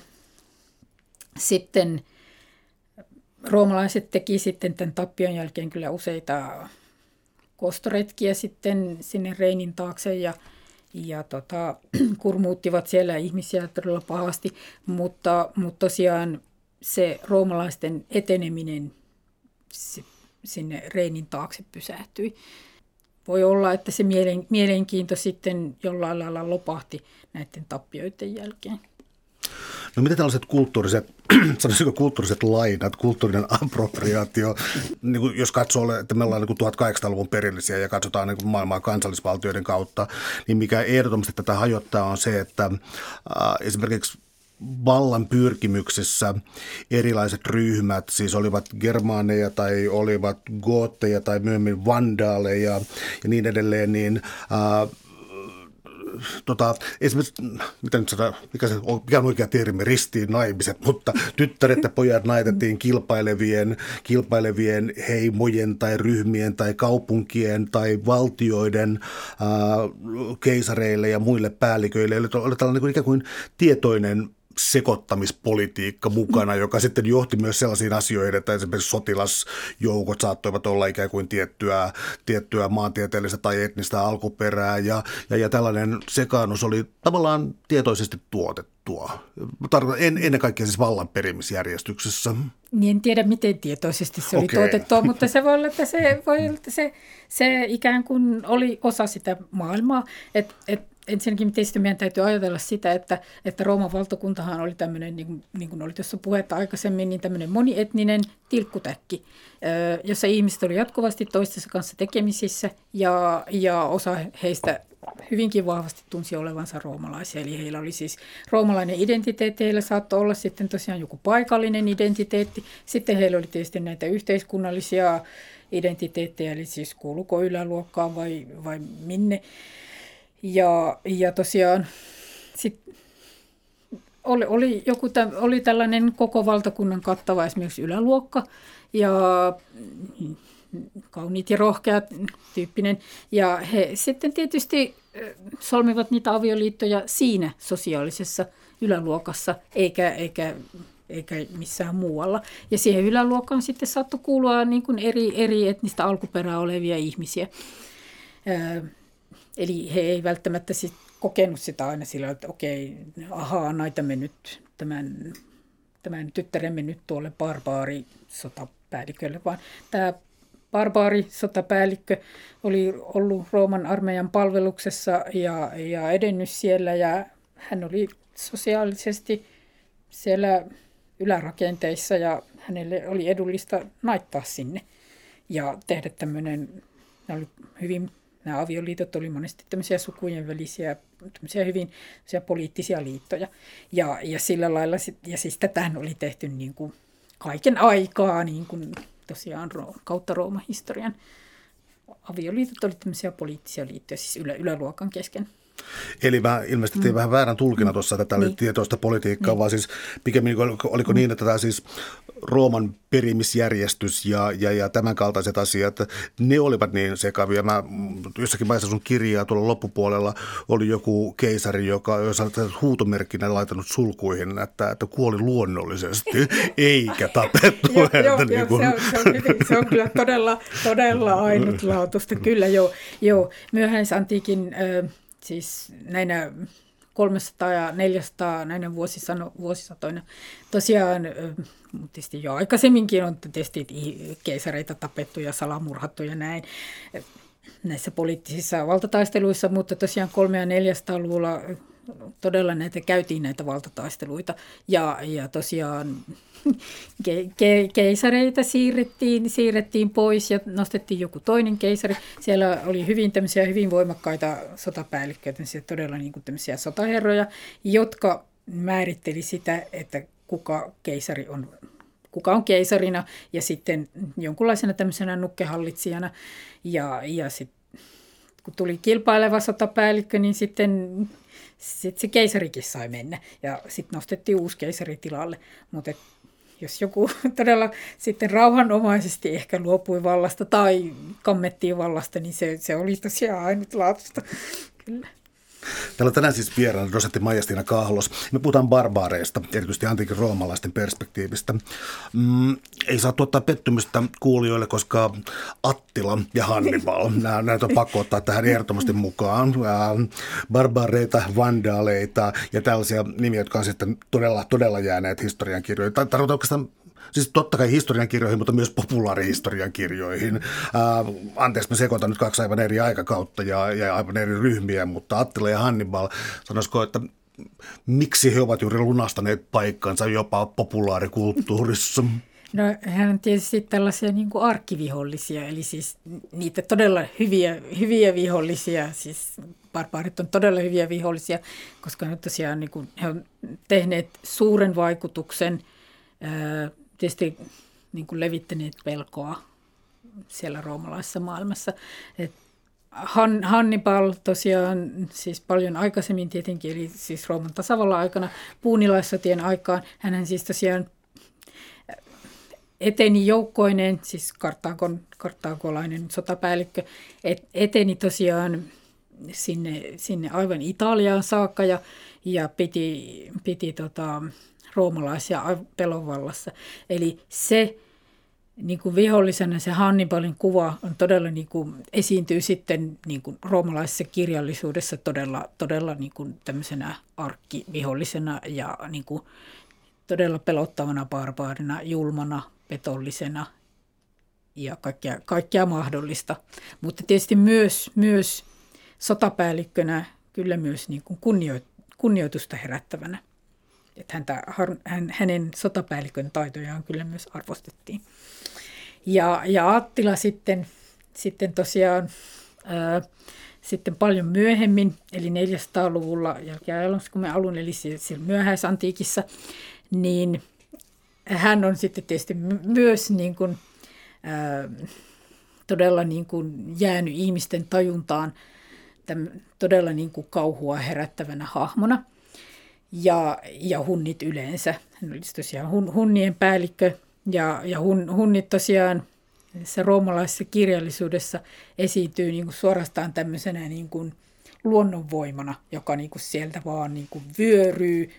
Speaker 2: sitten roomalaiset teki sitten tämän tappion jälkeen kyllä useita kostoretkiä sitten sinne Reinin taakse ja, ja tota, kurmuuttivat siellä ihmisiä todella pahasti, mutta, mutta tosiaan se roomalaisten eteneminen sinne Reinin taakse pysähtyi. Voi olla, että se mielenkiinto sitten jollain lailla lopahti näiden tappioiden jälkeen.
Speaker 1: No mitä tällaiset kulttuuriset, sanoisinko kulttuuriset lainat, kulttuurinen appropriaatio, niin kuin jos katsoo, että me ollaan niin kuin tuhatkahdeksansataaluvun perillisiä ja katsotaan niin kuin maailmaa kansallisvaltioiden kautta, niin mikä ehdottomasti tätä hajottaa on se, että äh, esimerkiksi vallan pyrkimyksessä erilaiset ryhmät, siis olivat germaaneja tai olivat gootteja tai myöhemmin vandaaleja ja niin edelleen, niin ää, tota, esimerkiksi, mitä nyt sanotaan, mikä, se, mikä on oikea termi, ristiin naimiset, mutta tyttäret ja pojat naitettiin kilpailevien, kilpailevien heimojen tai ryhmien tai kaupunkien tai valtioiden ää, keisareille ja muille päälliköille. Eli oli tällainen ikään kuin tietoinen sekoittamispolitiikka mukana, joka sitten johti myös sellaisiin asioihin, että esimerkiksi sotilasjoukot saattoivat olla ikään kuin tiettyä, tiettyä maantieteellistä tai etnistä alkuperää, ja, ja, ja tällainen sekaannus oli tavallaan tietoisesti tuotettua. Tarkoitan en, ennen kaikkea siis vallanperimisjärjestyksessä.
Speaker 2: Niin en tiedä, miten tietoisesti se oli
Speaker 1: Okei.
Speaker 2: tuotettua, mutta se voi olla, että se, voi olla, että se, se ikään kuin oli osa sitä maailmaa, että et, ensinnäkin tietysti meidän täytyy ajatella sitä, että, että Rooman valtakuntahan oli tämmöinen, niin kuin, niin kuin oli tuossa puhetta aikaisemmin, niin tämmöinen monietninen tilkkutäkki, jossa ihmiset oli jatkuvasti toistensa kanssa tekemisissä ja, ja osa heistä hyvinkin vahvasti tunsi olevansa roomalaisia. Eli heillä oli siis roomalainen identiteetti, heillä saattoi olla sitten tosiaan joku paikallinen identiteetti. Sitten heillä oli tietysti näitä yhteiskunnallisia identiteettejä, eli siis kuuluuko yläluokkaan vai, vai minne. Ja, ja tosiaan sit oli, oli, joku, oli tällainen koko valtakunnan kattava esimerkiksi yläluokka ja kauniit ja rohkeat tyyppinen. Ja he sitten tietysti solmivat niitä avioliittoja siinä sosiaalisessa yläluokassa eikä, eikä, eikä missään muualla. Ja siihen yläluokkaan sitten saattoi kuulua niin kuin eri, eri etnistä alkuperää olevia ihmisiä. Eli he ei välttämättä sit kokenut sitä aina sillä, että okei, ahaa, naitamme nyt tämän, tämän tyttäremme nyt tuolle barbaarisotapäällikölle, vaan tämä barbaarisotapäällikkö oli ollut Rooman armeijan palveluksessa ja, ja edennyt siellä, ja hän oli sosiaalisesti siellä ylärakenteissa, ja hänelle oli edullista naittaa sinne ja tehdä tämmöinen, nämä oli hyvin Nämä avioliitot oli monesti tämmöisiä sukujen välisiä, tämmöisiä hyvin poliittisia liittoja. Ja, ja sillä lailla, ja siis tätähän oli tehty niin kuin kaiken aikaa, niin kuin tosiaan kautta Rooman historian. Avioliitot oli tämmöisiä poliittisia liittoja, siis ylä, yläluokan kesken.
Speaker 1: Eli mä ilmeisesti tein mm. vähän väärän tulkinnan tuossa, että tämä niin. oli tietoista politiikkaa, niin. vaan siis pikemminkin oliko niin, että tämä siis Rooman perimisjärjestys ja, ja, ja tämän kaltaiset asiat, ne olivat niin sekavia. Mä jossakin vaiheessa sun kirjaa tuolla loppupuolella oli joku keisari, joka olisi huutomerkkinä laittanut sulkuihin, että, että kuoli luonnollisesti, eikä tapettu.
Speaker 2: joo, joo, niin kuin. joo, se, on, se, on hyvin, se on kyllä todella, todella ainutlaatuista. Kyllä joo, joo. Myöhäisantiikin äh, siis näinä kolmesataa ja neljäsataa näinä vuosisano, vuosisatoina. Tosiaan tietysti jo aikaisemminkin on tietysti keisareita tapettu ja salamurhattu ja näin näissä poliittisissa valtataisteluissa, mutta tosiaan kolme- ja neljäsataaluvulla todella näitä käytiin näitä valtataisteluita ja, ja tosiaan ke, ke, keisareita siirrettiin, siirrettiin pois ja nostettiin joku toinen keisari. Siellä oli hyvin tämmöisiä hyvin voimakkaita sotapäällikköjä, todella niin kuin tämmöisiä sotaherroja, jotka määritteli sitä, että kuka keisari on, kuka on keisarina ja sitten jonkunlaisena tämmöisenä nukkehallitsijana ja, ja sitten kun tuli kilpaileva sotapäällikkö, niin sitten sitten se keisarikin sai mennä ja sitten nostettiin uusi keisari tilalle, mutta jos joku todella sitten rauhanomaisesti ehkä luopui vallasta tai kammettiin vallasta, niin se, se oli tosiaan ainutlaatuista. Kyllä.
Speaker 1: Täällä on tänään siis vieraana dosentti Maija-Stiina Kahlos. Me puhutaan barbaareista, erityisesti antiikin roomalaisten perspektiivistä. Mm, ei saa tuottaa pettymystä kuulijoille, koska Attila ja Hannibal, nämä, näitä on pakko ottaa tähän ehdottomasti mukaan. Barbaareita, vandaaleita ja tällaisia nimiä, jotka on sitten todella, todella jääneet historiankirjoihin. Tarkoitan oikeastaan siis totta kai historiankirjoihin, mutta myös populaarihistoriankirjoihin. Ää, anteeksi, mä sekoitan nyt kaksi aivan eri aikakautta ja, ja aivan eri ryhmiä, mutta Attila ja Hannibal, sanoisiko, että miksi he ovat juuri lunastaneet paikkansa jopa populaarikulttuurissa?
Speaker 2: No hän on tietysti tällaisia niin kuin arkkivihollisia, eli siis niitä todella hyviä, hyviä vihollisia, siis barbaarit on todella hyviä vihollisia, koska ne tosiaan niin kuin, he on tehneet suuren vaikutuksen, ää, tietysti niin kuin levittäneet pelkoa siellä roomalaisessa maailmassa. Et Han, Hannibal tosiaan siis paljon aikaisemmin tietenkin, eli siis Rooman tasavallan aikana, puunilaissotien aikaan, hänhän siis tosiaan eteni joukkoinen, siis kartaagon, kartaagolainen sotapäällikkö, et, eteni tosiaan sinne, sinne aivan Italiaan saakka ja, ja piti, piti tota, roomalaisia pelonvallassa. Eli se niin kuin vihollisena se Hannibalin kuva on todella niin kuin, esiintyy sitten niin kuin roomalaisessa kirjallisuudessa todella, todella niin kuin tämmöisenä arkkivihollisena ja niin kuin todella pelottavana barbaarina, julmana, petollisena ja kaikkea, kaikkea mahdollista. Mutta tietysti myös, myös sotapäällikkönä kyllä myös niin kuin kunnioitusta herättävänä. Että häntä, hän, hänen sotapäällikön taitojaan kyllä myös arvostettiin. Ja, ja Attila sitten, sitten tosiaan ää, sitten paljon myöhemmin, eli neljäsataaluvulla jälkeenjaloiskumme alun, eli siellä myöhäisantiikissa, niin hän on sitten tietysti myös niin kuin, ää, todella niin kuin jäänyt ihmisten tajuntaan tämän, todella niin kuin kauhua herättävänä hahmona. Ja, ja hunnit yleensä. Hän oli tosiaan hun, hunnien päällikkö ja, ja hun, hunnit tosiaan se roomalaisessa kirjallisuudessa esiintyy niin kuin suorastaan tämmöisenä niin kuin luonnonvoimana, joka niin kuin sieltä vaan niin kuin vyöryy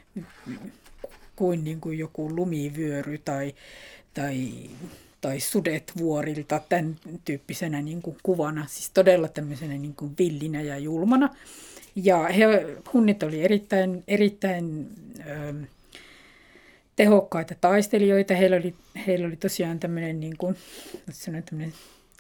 Speaker 2: kuin, niin kuin joku lumivyöry tai, tai, tai sudet vuorilta, tämän tyyppisenä niin kuin kuvana, siis todella tämmöisenä niin kuin villinä ja julmana. Ja he, hunnit oli erittäin, erittäin ö, tehokkaita taistelijoita. Heillä oli, heillä oli tosiaan tämmöinen, niin kuin, tämmöinen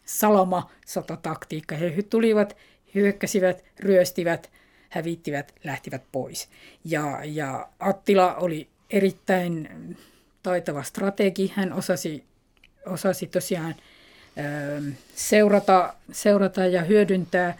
Speaker 2: salama-sotataktiikka. He tulivat, hyökkäsivät, ryöstivät, hävittivät, lähtivät pois. Ja, ja Attila oli erittäin taitava strategi. Hän osasi, osasi tosiaan ö, seurata, seurata ja hyödyntää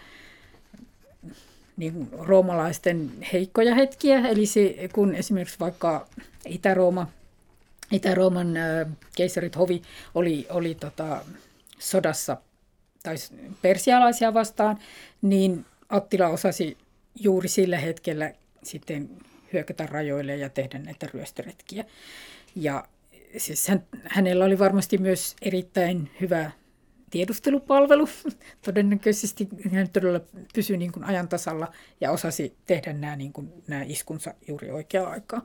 Speaker 2: niin roomalaisten heikkoja hetkiä, eli se, kun esimerkiksi vaikka Itä-Rooma, Itä-Rooman äh, keisarit Hovi oli, oli tota, sodassa tai persialaisia vastaan, niin Attila osasi juuri sillä hetkellä sitten hyökätä rajoille ja tehdä näitä ryöstöretkiä. Ja siis hän, hänellä oli varmasti myös erittäin hyvä tiedustelupalvelu. Todennäköisesti hän todella pysyi niin kuin ajan tasalla ja osasi tehdä nämä, niin kuin, nämä iskunsa juuri oikeaan aikaan.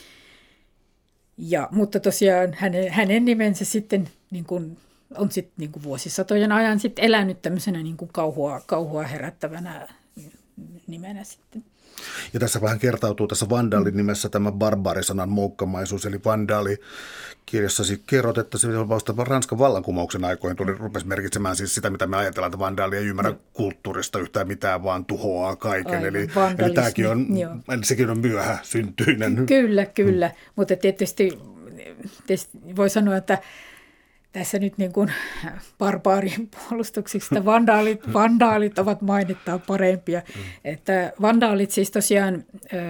Speaker 2: Ja, mutta tosiaan hänen, hänen nimensä sitten niin kuin, on sit, niin kuin vuosisatojen ajan sit elänyt tämmöisenä niin kuin kauhua, kauhua herättävänä nimenä sitten.
Speaker 1: Ja tässä vähän kertautuu tässä vandaalin nimessä tämä barbaarisanan moukkamaisuus, eli vandaali. Kirjassasi kerrot, että se vasta Ranskan vallankumouksen aikoina tuli, rupesi merkitsemään siis sitä, mitä me ajatellaan, että vandaali ei ymmärrä no. kulttuurista yhtään mitään, vaan tuhoaa kaiken. Aivan, eli, eli tämäkin on, sekin on myöhä syntyinen.
Speaker 2: Kyllä, kyllä. Hmm. Mutta tietysti, tietysti voi sanoa, että tässä nyt niin kuin barbaarien puolustuksista vandaalit, vandaalit ovat mainittaa parempia. Mm. Että vandaalit siis tosiaan,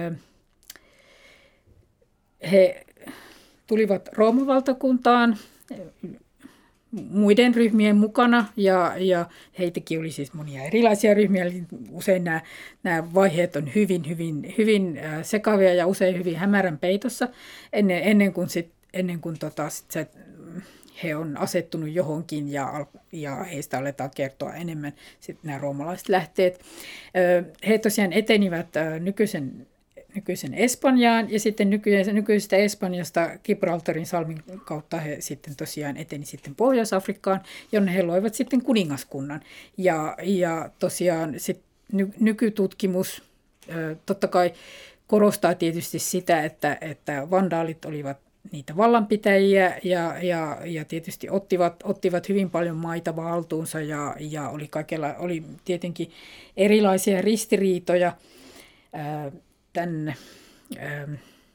Speaker 2: he tulivat Rooman valtakuntaan muiden ryhmien mukana ja, ja heitäkin oli siis monia erilaisia ryhmiä. Eli usein nämä, nämä vaiheet on hyvin, hyvin, hyvin sekavia ja usein hyvin hämärän peitossa ennen, ennen kuin, sit, ennen kuin tota, sit se, he on asettunut johonkin ja, ja heistä aletaan kertoa enemmän sitten nämä roomalaiset lähteet. He tosiaan etenivät nykyisen, nykyisen Espanjaan ja sitten nykyisestä Espanjasta Gibraltarin salmin kautta he sitten tosiaan eteni sitten Pohjois-Afrikkaan, jonne he loivat sitten kuningaskunnan. Ja, ja tosiaan sit ny, nykytutkimus totta kai korostaa tietysti sitä, että, että vandaalit olivat niitä vallanpitäjiä ja, ja, ja tietysti ottivat, ottivat hyvin paljon maita valtuunsa ja, ja oli, kaikella, oli tietenkin erilaisia ristiriitoja ää, tämän ähm,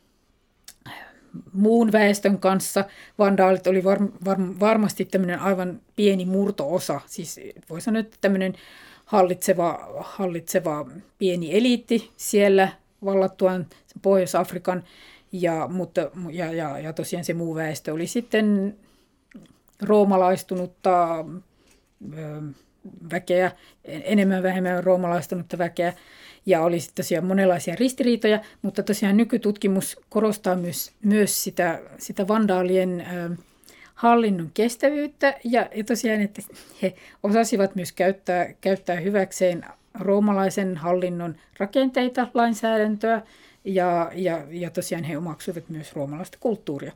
Speaker 2: muun väestön kanssa. Vandaalit oli var, var, varmasti tämmöinen aivan pieni murto-osa, siis voi sanoa, että tämmöinen hallitseva, hallitseva pieni eliitti siellä vallattuaan Pohjois-Afrikan, ja, mutta, ja, ja, ja tosiaan se muu väestö oli sitten roomalaistunutta väkeä, enemmän vähemmän roomalaistunutta väkeä, ja oli tosiaan monenlaisia ristiriitoja, mutta tosiaan nykytutkimus korostaa myös, myös sitä, sitä vandaalien ö, hallinnon kestävyyttä, ja, ja tosiaan, että he osasivat myös käyttää, käyttää hyväkseen roomalaisen hallinnon rakenteita, lainsäädäntöä, ja, ja, ja tosiaan he omaksuivat myös roomalaista kulttuuria.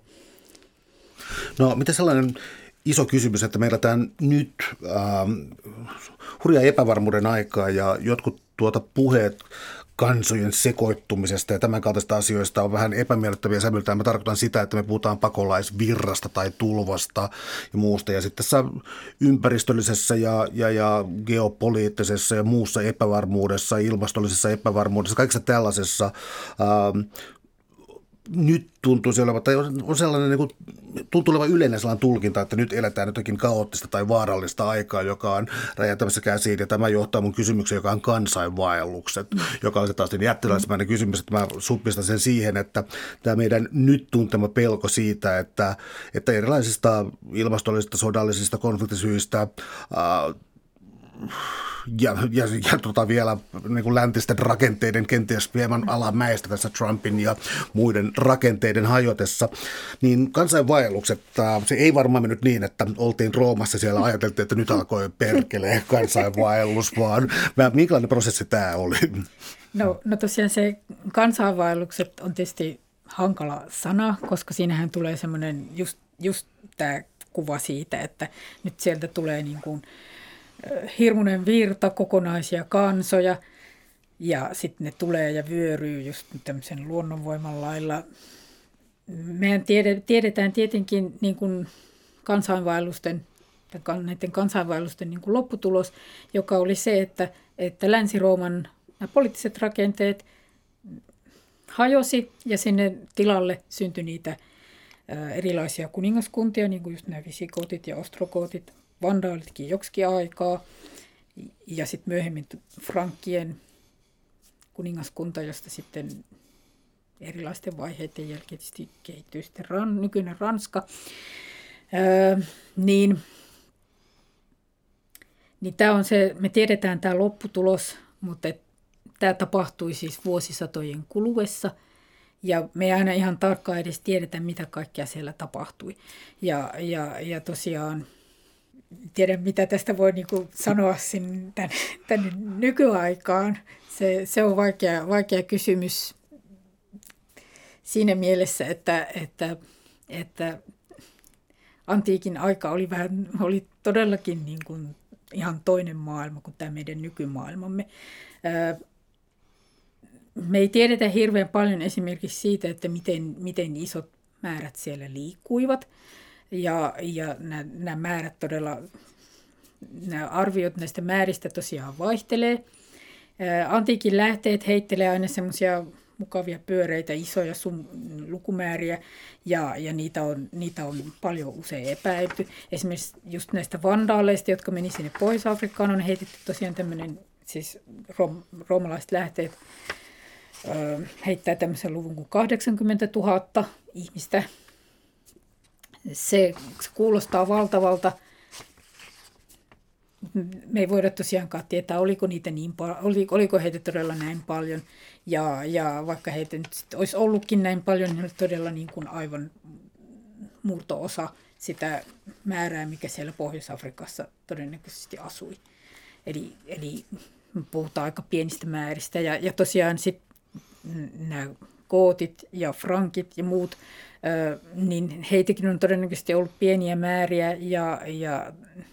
Speaker 1: No, mitä sellainen iso kysymys, että meillä tämän nyt ähm, hurjaa epävarmuuden aikaa ja jotkut tuota puheet kansojen sekoittumisesta ja tämän kaltaista asioista on vähän epämiellyttäviä sävyltään. Mä tarkoitan sitä, että me puhutaan pakolaisvirrasta tai tulvasta ja muusta. Ja sitten tässä ympäristöllisessä ja, ja, ja geopoliittisessa ja muussa epävarmuudessa, ilmastollisessa epävarmuudessa, kaikessa tällaisessa ähm, nyt tuntuu olevan, tai on sellainen, niin kuin, tuntuu olevan yleinen sellainen tulkinta, että nyt eletään jotakin kaoottista tai vaarallista aikaa, joka on räjähtämässä käsiin, ja tämä johtaa mun kysymykseen, joka on kansainvaellukset, mm. joka on taas jättiläismäinen kysymys, että mä suppistan sen siihen, että tämä meidän nyt tuntema pelko siitä, että, että erilaisista ilmastollisista, sodallisista konfliktisyistä, äh, Ja, ja, ja tota vielä niin kuin läntisten rakenteiden kenties hieman alamäestä tässä Trumpin ja muiden rakenteiden hajotessa, niin kansainvaellukset, se ei varmaan mennyt niin, että oltiin Roomassa siellä ajateltiin, että nyt alkoi perkelee kansainvaellus, vaan minkälainen prosessi tämä oli?
Speaker 2: No, no tosiaan se kansainvaellukset on tietysti hankala sana, koska siinähän tulee semmoinen just, just tämä kuva siitä, että nyt sieltä tulee niin kuin hirmuinen virta, kokonaisia kansoja, ja sitten ne tulee ja vyöryy just tämmöisen luonnonvoiman lailla. Mehän tiedetään tietenkin niin kuin kansainvaellusten, näiden kansainvaellusten niin kuin lopputulos, joka oli se, että, että Länsi-Rooman poliittiset rakenteet hajosi, ja sinne tilalle syntyi niitä erilaisia kuningaskuntia, niin kuin just nämä visigootit ja ostrogootit, vandaalitkin joksikin aikaa, ja sitten myöhemmin frankkien kuningaskunta, josta sitten erilaisten vaiheiden jälkeen tietysti kehittyy sitten ran, nykyinen Ranska, öö, niin, niin tämä on se, me tiedetään tämä lopputulos, mutta tämä tapahtui siis vuosisatojen kuluessa, ja me ei aina ihan tarkkaan edes tiedetä, mitä kaikkea siellä tapahtui. Ja, ja, ja tosiaan tiedä, mitä tästä voi niinku sanoa sinne, tänne, tänne nykyaikaan. Se, se on vaikea, vaikea kysymys siinä mielessä, että, että, että antiikin aika oli, vähän, oli todellakin niin kuin ihan toinen maailma kuin tämä meidän nykymaailmamme. Me ei tiedetä hirveän paljon esimerkiksi siitä, että miten, miten isot määrät siellä liikkuivat. Ja, ja nämä, nämä määrät todella, nämä arviot näistä määristä tosiaan vaihtelee. Ää, antiikin lähteet heittelee aina semmoisia mukavia pyöreitä, isoja sum, lukumääriä, ja, ja niitä, on, niitä on paljon usein epäilty. Esimerkiksi just näistä vandaaleista, jotka meni sinne Pohjois-Afrikkaan, on heitetty tosiaan tämmöinen, siis rom, roomalaiset lähteet ää, heittää tämmöisen luvun kuin kahdeksankymmentätuhatta ihmistä. Se, se kuulostaa valtavalta. Me ei voida tosiaankaan tietää, oliko niitä niin paljon, oliko heitä todella näin paljon. Ja, ja vaikka heitä nyt olisi ollutkin näin paljon, niin oli todella niin kuin aivan murto-osa sitä määrää, mikä siellä Pohjois-Afrikassa todennäköisesti asui. Eli, eli puhutaan aika pienistä määristä. Ja, ja tosiaan sitten nämä gootit ja frankit ja muut, niin heitäkin on todennäköisesti ollut pieniä määriä ja, ja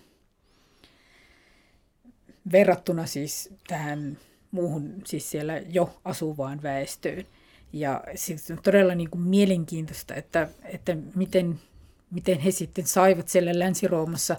Speaker 2: verrattuna siis tähän muuhun, siis siellä jo asuvaan väestöön. Ja siis on todella niin kuin mielenkiintoista, että, että miten, miten he sitten saivat siellä Länsi-Roomassa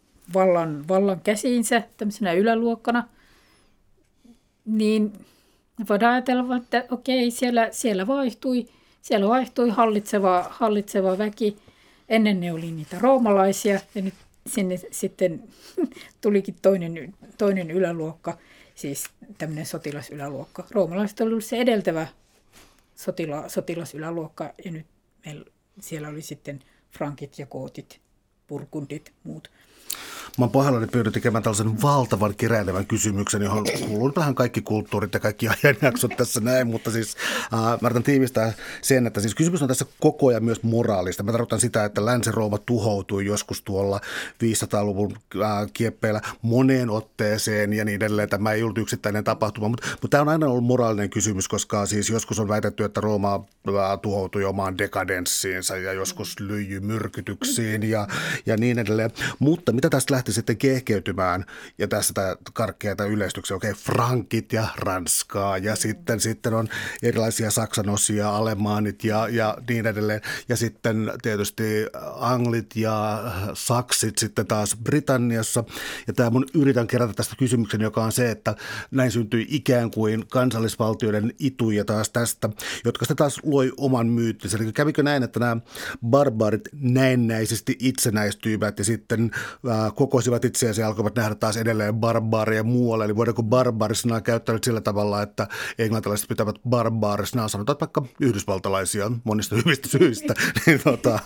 Speaker 2: vallan, vallan käsiinsä tämmöisenä yläluokkana, niin Voidaan ajatella, että okei, siellä, siellä vaihtui, siellä vaihtui hallitseva, hallitseva väki. Ennen ne oli niitä roomalaisia ja nyt sinne sitten tulikin toinen, toinen yläluokka, siis tämmöinen sotilasyläluokka. Roomalaiset oli ollut se edeltävä sotila, sotilasyläluokka ja nyt meillä, siellä oli sitten frankit ja gootit, burgundit, muut.
Speaker 1: Mä oon pahoillani pyydän tekemään tällaisen valtavan keräilevän kysymyksen, johon kuuluu vähän kaikki kulttuurit ja kaikki ajanjaksot tässä näin, mutta siis äh, mä yritän tiivistää sen, että siis kysymys on tässä koko ajan myös moraalista. Mä tarkoitan sitä, että Länsi-Rooma tuhoutui joskus tuolla viisisataaluvun äh, kieppeillä moneen otteeseen ja niin edelleen. Tämä ei ollut yksittäinen tapahtuma, mutta, mutta tämä on aina ollut moraalinen kysymys, koska siis joskus on väitetty, että Rooma äh, tuhoutui omaan dekadenssiinsa ja joskus lyijymyrkytyksiin ja, ja niin edelleen. Mutta mitä tästä lähti sitten kehkeytymään ja tässä tämä karkeata yleistyksen, okei, okay, frankit ja Ranskaa ja sitten, sitten on erilaisia Saksan osia, alemaanit ja, ja niin edelleen ja sitten tietysti anglit ja saksit sitten taas Britanniassa ja tämä mun yritän kerätä tästä kysymyksen, joka on se, että näin syntyi ikään kuin kansallisvaltioiden ituja taas tästä, jotka sitten taas loi oman myyttinsä. Eli kävikö näin, että nämä barbaarit näennäisesti itsenäistyivät ja sitten äh, kokoisivat itseänsä ja alkoivat nähdä taas edelleen barbaaria muualle. Eli voidaanko barbaarisena käyttää sillä tavalla, että englantilaiset pitävät barbaarisena, sanotaan vaikka yhdysvaltalaisia monista hyvistä syistä. niin, tota,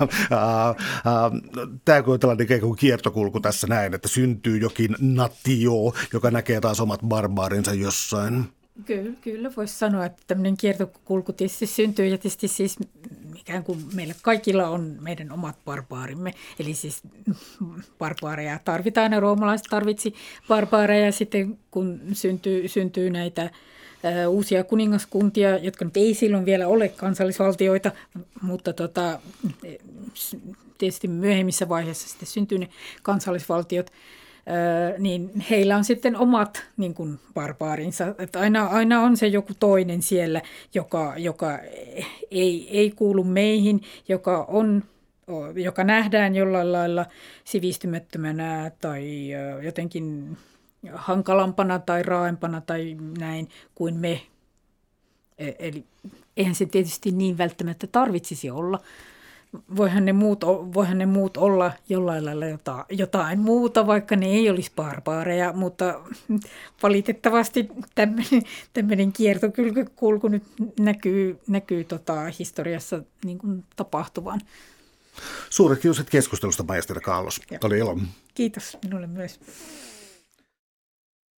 Speaker 1: Tämä on tällainen ikään kuin kiertokulku tässä näin, että syntyy jokin natio, joka näkee taas omat barbaarinsa jossain.
Speaker 2: Kyllä, kyllä voisi sanoa, että tämmöinen kiertokulku tietysti syntyy ja tietysti siis ikään kuin meillä kaikilla on meidän omat barbaarimme. Eli siis barbaareja tarvitaan ja roomalaiset tarvitsi barbaareja ja sitten kun syntyy, syntyy näitä ä, uusia kuningaskuntia, jotka nyt ei silloin vielä ole kansallisvaltioita, mutta tota, tietysti myöhemmissä vaiheissa sitten syntyy ne kansallisvaltiot. Niin heillä on sitten omat niin kuin barbaarinsa. Että aina, aina on se joku toinen siellä, joka, joka ei, ei kuulu meihin, joka, on, joka nähdään jollain lailla sivistymättömänä tai jotenkin hankalampana tai raaempana tai näin kuin me. Eli eihän se tietysti niin välttämättä tarvitsisi olla. Voihan ne, muut, voihan ne muut olla jollain lailla jotain, jotain muuta, vaikka ne ei olisi barbaareja, mutta valitettavasti tämmöinen, tämmöinen kiertokulku nyt näkyy, näkyy tota historiassa niin kuin tapahtuvan.
Speaker 1: Suuret kiitokset keskustelusta, maisteri Kaarlos. Oli ilo.
Speaker 2: Kiitos minulle myös.